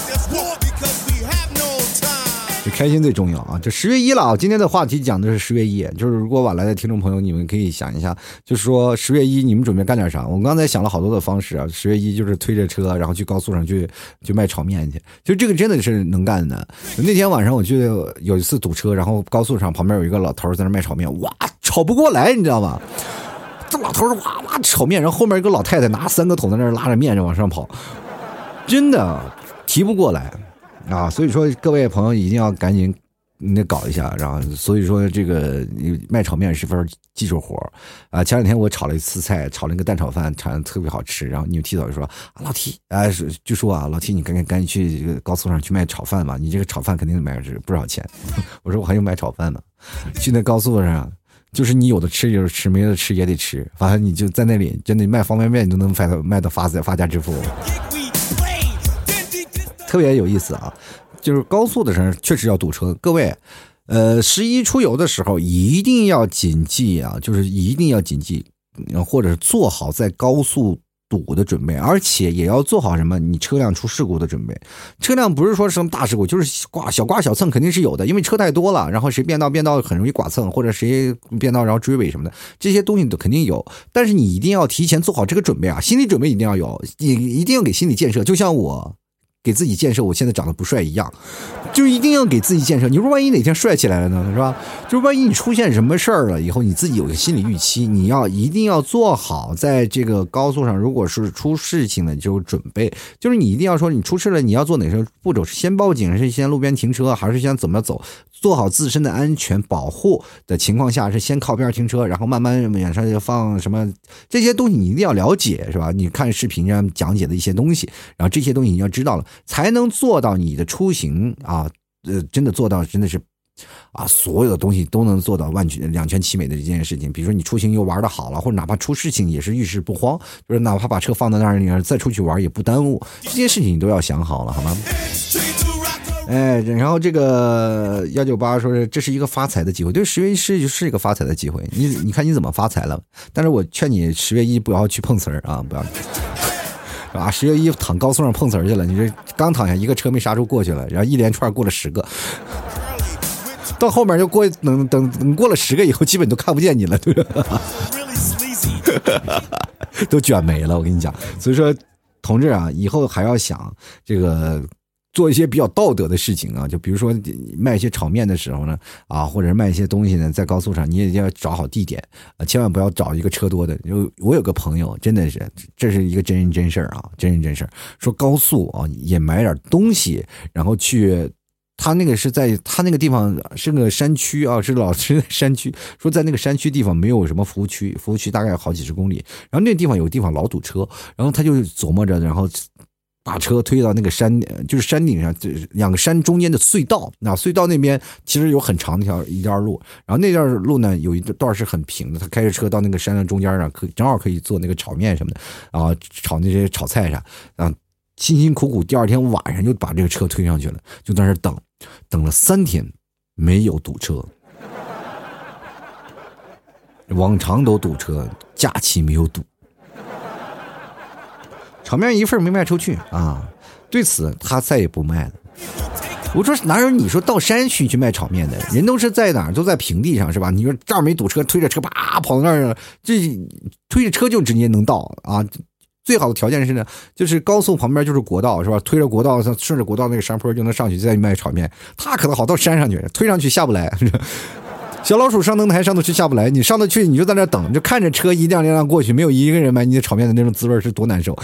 Speaker 2: 这开心最重要啊！这十月一了啊，今天的话题讲的是十月一，就是如果晚来的听众朋友，你们可以想一下，就是说十月一你们准备干点啥？我刚才想了好多的方式啊，十月一就是推着车，然后去高速上去去卖炒面去，就这个真的是能干的。那天晚上我去有一次堵车，然后高速上旁边有一个老头在那卖炒面，哇，炒不过来，你知道吗？ 这老头是哇哇炒面，然后后面一个老太太拿三个桶在那拉着面着往上跑，真的提不过来啊！所以说各位朋友一定要赶紧你得搞一下，然后所以说这个卖炒面是份技术活啊。前两天我炒了一次菜，炒了一个蛋炒饭，炒的特别好吃。然后你提早就说啊，老 T， 哎、啊，就说啊，老 T， 你赶紧赶紧去这个高速上去卖炒饭吧，你这个炒饭肯定卖不少钱。我说我还用卖炒饭呢，去那高速上。就是你有的吃就是吃，没的吃也得吃，反正你就在那里真的卖方便面，你都能卖到卖到发发家致富，特别有意思啊！就是高速的时候确实要堵车，各位，呃，十一出游的时候一定要谨记啊，就是一定要谨记，或者是做好在高速堵的准备，而且也要做好什么你车辆出事故的准备。车辆不是说什么大事故，就是刮小刮小蹭肯定是有的，因为车太多了，然后谁变道变道很容易剐蹭，或者谁变道然后追尾什么的，这些东西都肯定有。但是你一定要提前做好这个准备啊，心理准备一定要有，你一定要给心理建设。就像我给自己建设我现在长得不帅一样，就一定要给自己建设。你说万一哪天帅起来了呢，是吧？就是万一你出现什么事儿了以后，你自己有个心理预期，你要一定要做好在这个高速上如果是出事情的就准备，就是你一定要说你出事了你要做哪些步骤，是先报警，是先路边停车，还是先怎么走，做好自身的安全保护的情况下是先靠边停车，然后慢慢往上就放什么，这些东西你一定要了解，是吧？你看视频上讲解的一些东西，然后这些东西你要知道了，才能做到你的出行啊，呃，真的做到真的是啊，所有的东西都能做到万全两全其美的这件事情。比如说你出行又玩的好了，或者哪怕出事情也是遇事不慌，就是哪怕把车放在那儿，你再出去玩也不耽误，这些事情你都要想好了，好吗？哎，然后这个一九八说这是一个发财的机会，对，十月一是是一个发财的机会，你你看你怎么发财了？但是我劝你十月一不要去碰瓷儿啊，不要。啊，十月一躺高速上碰瓷儿去了，你这刚躺下一个车没刹住过去了，然后一连串过了十个，到后面就过等等等过了十个以后，基本都看不见你了，对吧？都卷没了，我跟你讲。所以说，同志啊，以后还要想这个。做一些比较道德的事情啊，就比如说卖一些炒面的时候呢，啊，或者是卖一些东西呢，在高速上你也要找好地点啊，千万不要找一个车多的。就我有个朋友，真的是，这是一个真人真事儿啊，真人真事儿。说高速啊，也买点东西，然后去，他那个是在他那个地方是个山区啊，是老是山区。说在那个山区地方没有什么服务区，服务区大概有好几十公里，然后那个地方有个地方老堵车，然后他就琢磨着，然后。把车推到那个山，就是山顶上，两个山中间的隧道。那隧道那边其实有很长的一条一段路，然后那段路呢有一段是很平的，他开着车到那个山的中间上，可正好可以做那个炒面什么的啊，炒那些炒菜啥啊，辛辛苦苦第二天晚上就把这个车推上去了，就在那等，等了三天没有堵车，往常都堵车，假期没有堵。炒面一份没卖出去啊！对此他再也不卖了。我说哪有你说到山区去卖炒面的人，都是在哪儿都在平地上是吧？你说这儿没堵车，推着车啪跑到那儿，这推着车就直接能到啊！最好的条件是呢，就是高速旁边就是国道是吧？推着国道顺着国道那个山坡就能上去，再卖炒面。他可能好到山上去，推上去下不来。小老鼠上灯台上头去下不来，你上得去你就在那等，就看着车一辆辆过去，没有一个人买你的炒面的那种滋味是多难受。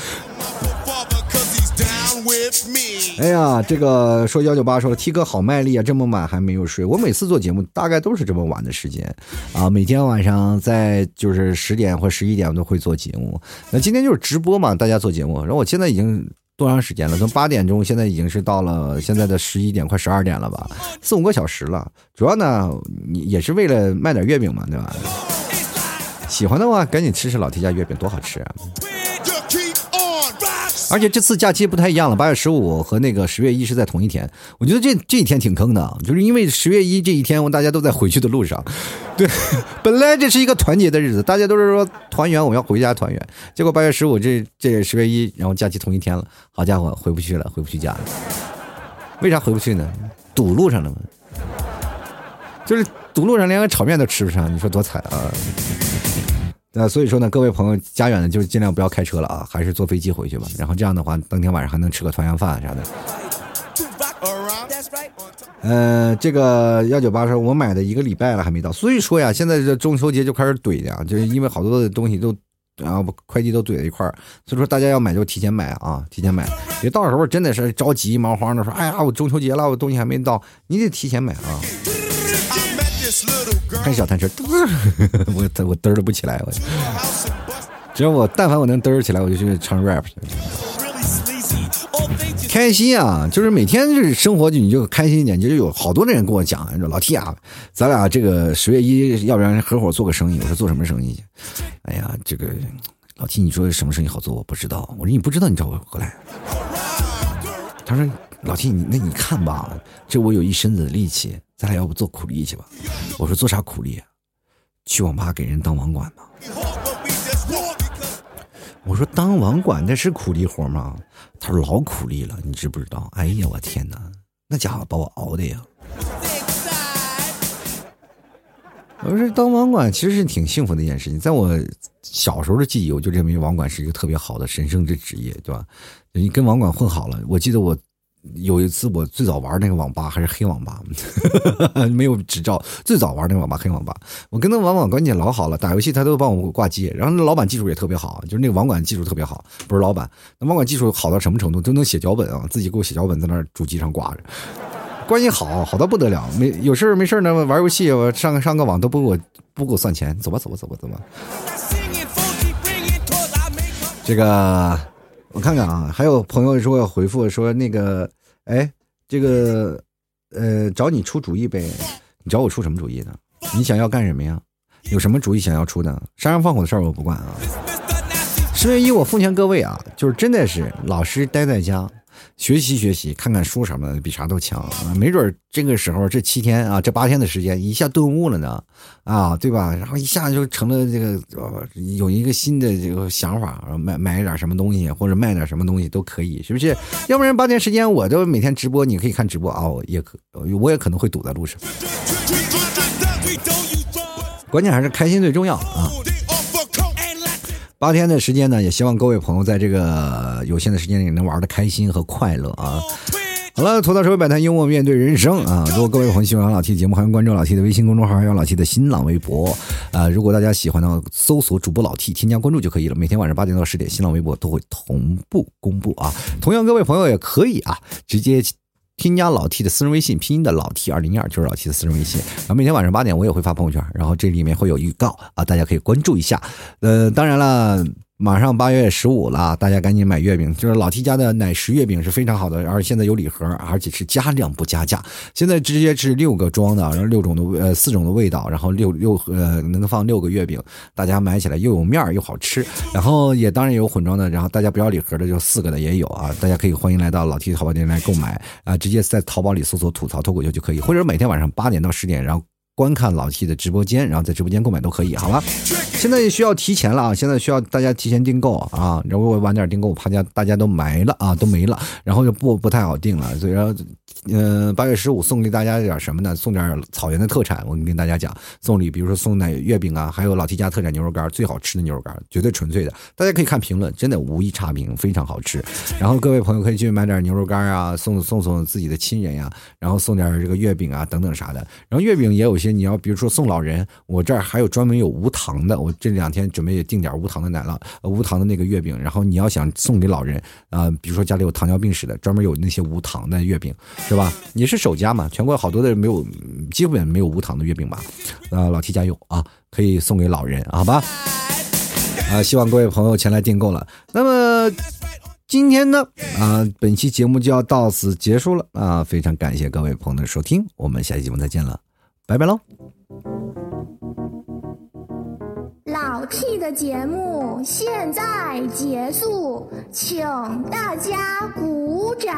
Speaker 2: 哎呀，这个说一九八说了 T 哥好卖力啊，这么晚还没有睡。我每次做节目大概都是这么晚的时间啊，每天晚上在就是十点或十一点我都会做节目。那今天就是直播嘛，大家做节目，然后我现在已经多长时间了？从八点钟，现在已经是到了现在的十一点，快十二点了吧，四五个小时了。主要呢，你也是为了卖点月饼嘛，对吧？喜欢的话，赶紧吃吃老 T 家月饼，多好吃啊！而且这次假期不太一样了，八月十五和那个十月一是在同一天。我觉得这这一天挺坑的，就是因为十月一这一天，大家都在回去的路上。对，本来这是一个团结的日子，大家都是说团圆，我们要回家团圆。结果八月十五这这十月一，然后假期同一天了，好家伙，回不去了，回不去家了。为啥回不去呢？堵路上了嘛，就是堵路上连个炒面都吃不上，你说多惨啊！那所以说呢，各位朋友家远的就尽量不要开车了啊，还是坐飞机回去吧。然后这样的话，当天晚上还能吃个团圆饭啥的。 呃，这个幺九八说，我买的一个礼拜了还没到，所以说呀，现在这中秋节就开始怼的，就是因为好多的东西都，然后快递都怼在一块儿，所以说大家要买就提前买啊，提前买，别到时候真的是着急忙慌的说，哎呀，我中秋节了，我东西还没到，你得提前买啊。看小摊车，我我嘚儿不起来，我只要我但凡我能嘚儿起来，我就去唱 rap。开心啊，就是每天就是生活就你就开心一点，就是有好多的人跟我讲，说老 T 啊，咱俩这个十月一要不然合伙做个生意。我说做什么生意？哎呀，这个老 T 你说什么生意好做？我不知道。我说你不知道你找我过来。他说老 T 你那你看吧，这我有一身子的力气，咱俩要不做苦力去吧？我说做啥苦力？去网吧给人当网管吧。我说当网管那是苦力活吗？他说老苦力了，你知不知道？哎呀，我天哪，那家伙把我熬的呀！我说当网管其实是挺幸福的一件事情，在我小时候的记忆，我就认为网管是一个特别好的神圣之职业，对吧？你跟网管混好了，我记得我有一次我最早玩那个网吧还是黑网吧，没有执照，最早玩那个网吧黑网吧，我跟那网管关系老好了，打游戏他都帮我挂机，然后那老板技术也特别好，就是那个网管技术特别好，不是老板，那网管技术好到什么程度，都能写脚本啊，自己给我写脚本在那主机上挂着，关系好好到不得了，没有事没事呢玩游戏，我上个上个网都不给我不给我算钱，走吧走吧走吧走吧。这个我看看啊，还有朋友说要回复说那个，哎，这个呃，找你出主意呗，你找我出什么主意呢？你想要干什么呀？有什么主意想要出的？杀人放火的事儿我不管啊。十月一我奉劝各位啊，就是真的是老师待在家。学习学习，看看书什么的，比啥都强啊！没准这个时候这七天啊，这八天的时间一下顿悟了呢，啊，对吧？然后一下就成了这个、呃、有一个新的这个想法，买买点什么东西或者卖点什么东西都可以，是不是？要不然八天时间我都每天直播，你可以看直播啊，我也可我也可能会堵在路上。关键还是开心最重要啊！八天的时间呢，也希望各位朋友在这个有限的时间里能玩得开心和快乐啊！好了，吐槽社会百态，幽默面对人生啊！如果各位朋友喜欢老 T 的节目，欢迎关注老 T 的微信公众号，还有老 T 的新浪微博啊！如果大家喜欢的，搜索主播老 T， 添加关注就可以了。每天晚上八点到十点，新浪微博都会同步公布啊！同样，各位朋友也可以啊，直接添加老 T 的私人微信，拼音的老 T 二零一二就是老 T 的私人微信。然后每天晚上八点我也会发朋友圈，然后这里面会有预告啊，大家可以关注一下。呃，当然了，马上八月十五了，大家赶紧买月饼，就是老 T 家的奶食月饼是非常好的，而且现在有礼盒，而且是加量不加价。现在直接是六个装的，然后六种的呃四种的味道，然后六六呃能放六个月饼，大家买起来又有面又好吃。然后也当然也有混装的，然后大家不要礼盒的就四个的也有啊，大家可以欢迎来到老 T 淘宝店来购买啊，直接在淘宝里搜索吐槽脱口秀就可以，或者每天晚上八点到十点，然后观看老 T 的直播间，然后在直播间购买都可以，好吧？现在需要提前了啊！现在需要大家提前订购啊！如果晚点订购，怕家大家都没了啊，都没了，然后就不不太好订了。所以说，呃，八月十五送给大家点什么呢？送点草原的特产。我跟大家讲，送礼，比如说送奶月饼啊，还有老 T 家特产牛肉干，最好吃的牛肉干，绝对纯粹的。大家可以看评论，真的无一差评，非常好吃。然后各位朋友可以去买点牛肉干啊，送送送自己的亲人呀，然后送点这个月饼啊等等啥的。然后月饼也有些你要比如说送老人，我这儿还有专门有无糖的，我这两天准备订点无糖的奶酪、呃、无糖的那个月饼。然后你要想送给老人啊、呃，比如说家里有糖尿病史的，专门有那些无糖的月饼，是吧？也是首家嘛，全国好多的人没有，基本没有无糖的月饼吧？呃，老 T 家有啊，可以送给老人，好吧？啊、呃，希望各位朋友前来订购了。那么今天呢，啊、呃，本期节目就要到此结束了啊、呃！非常感谢各位朋友的收听，我们下期节目再见了，拜拜喽！
Speaker 3: 老 T 的节目现在结束，请大家鼓掌。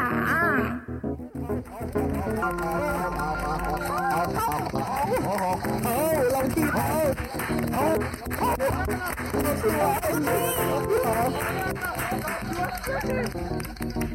Speaker 3: 老 T 好，好，好。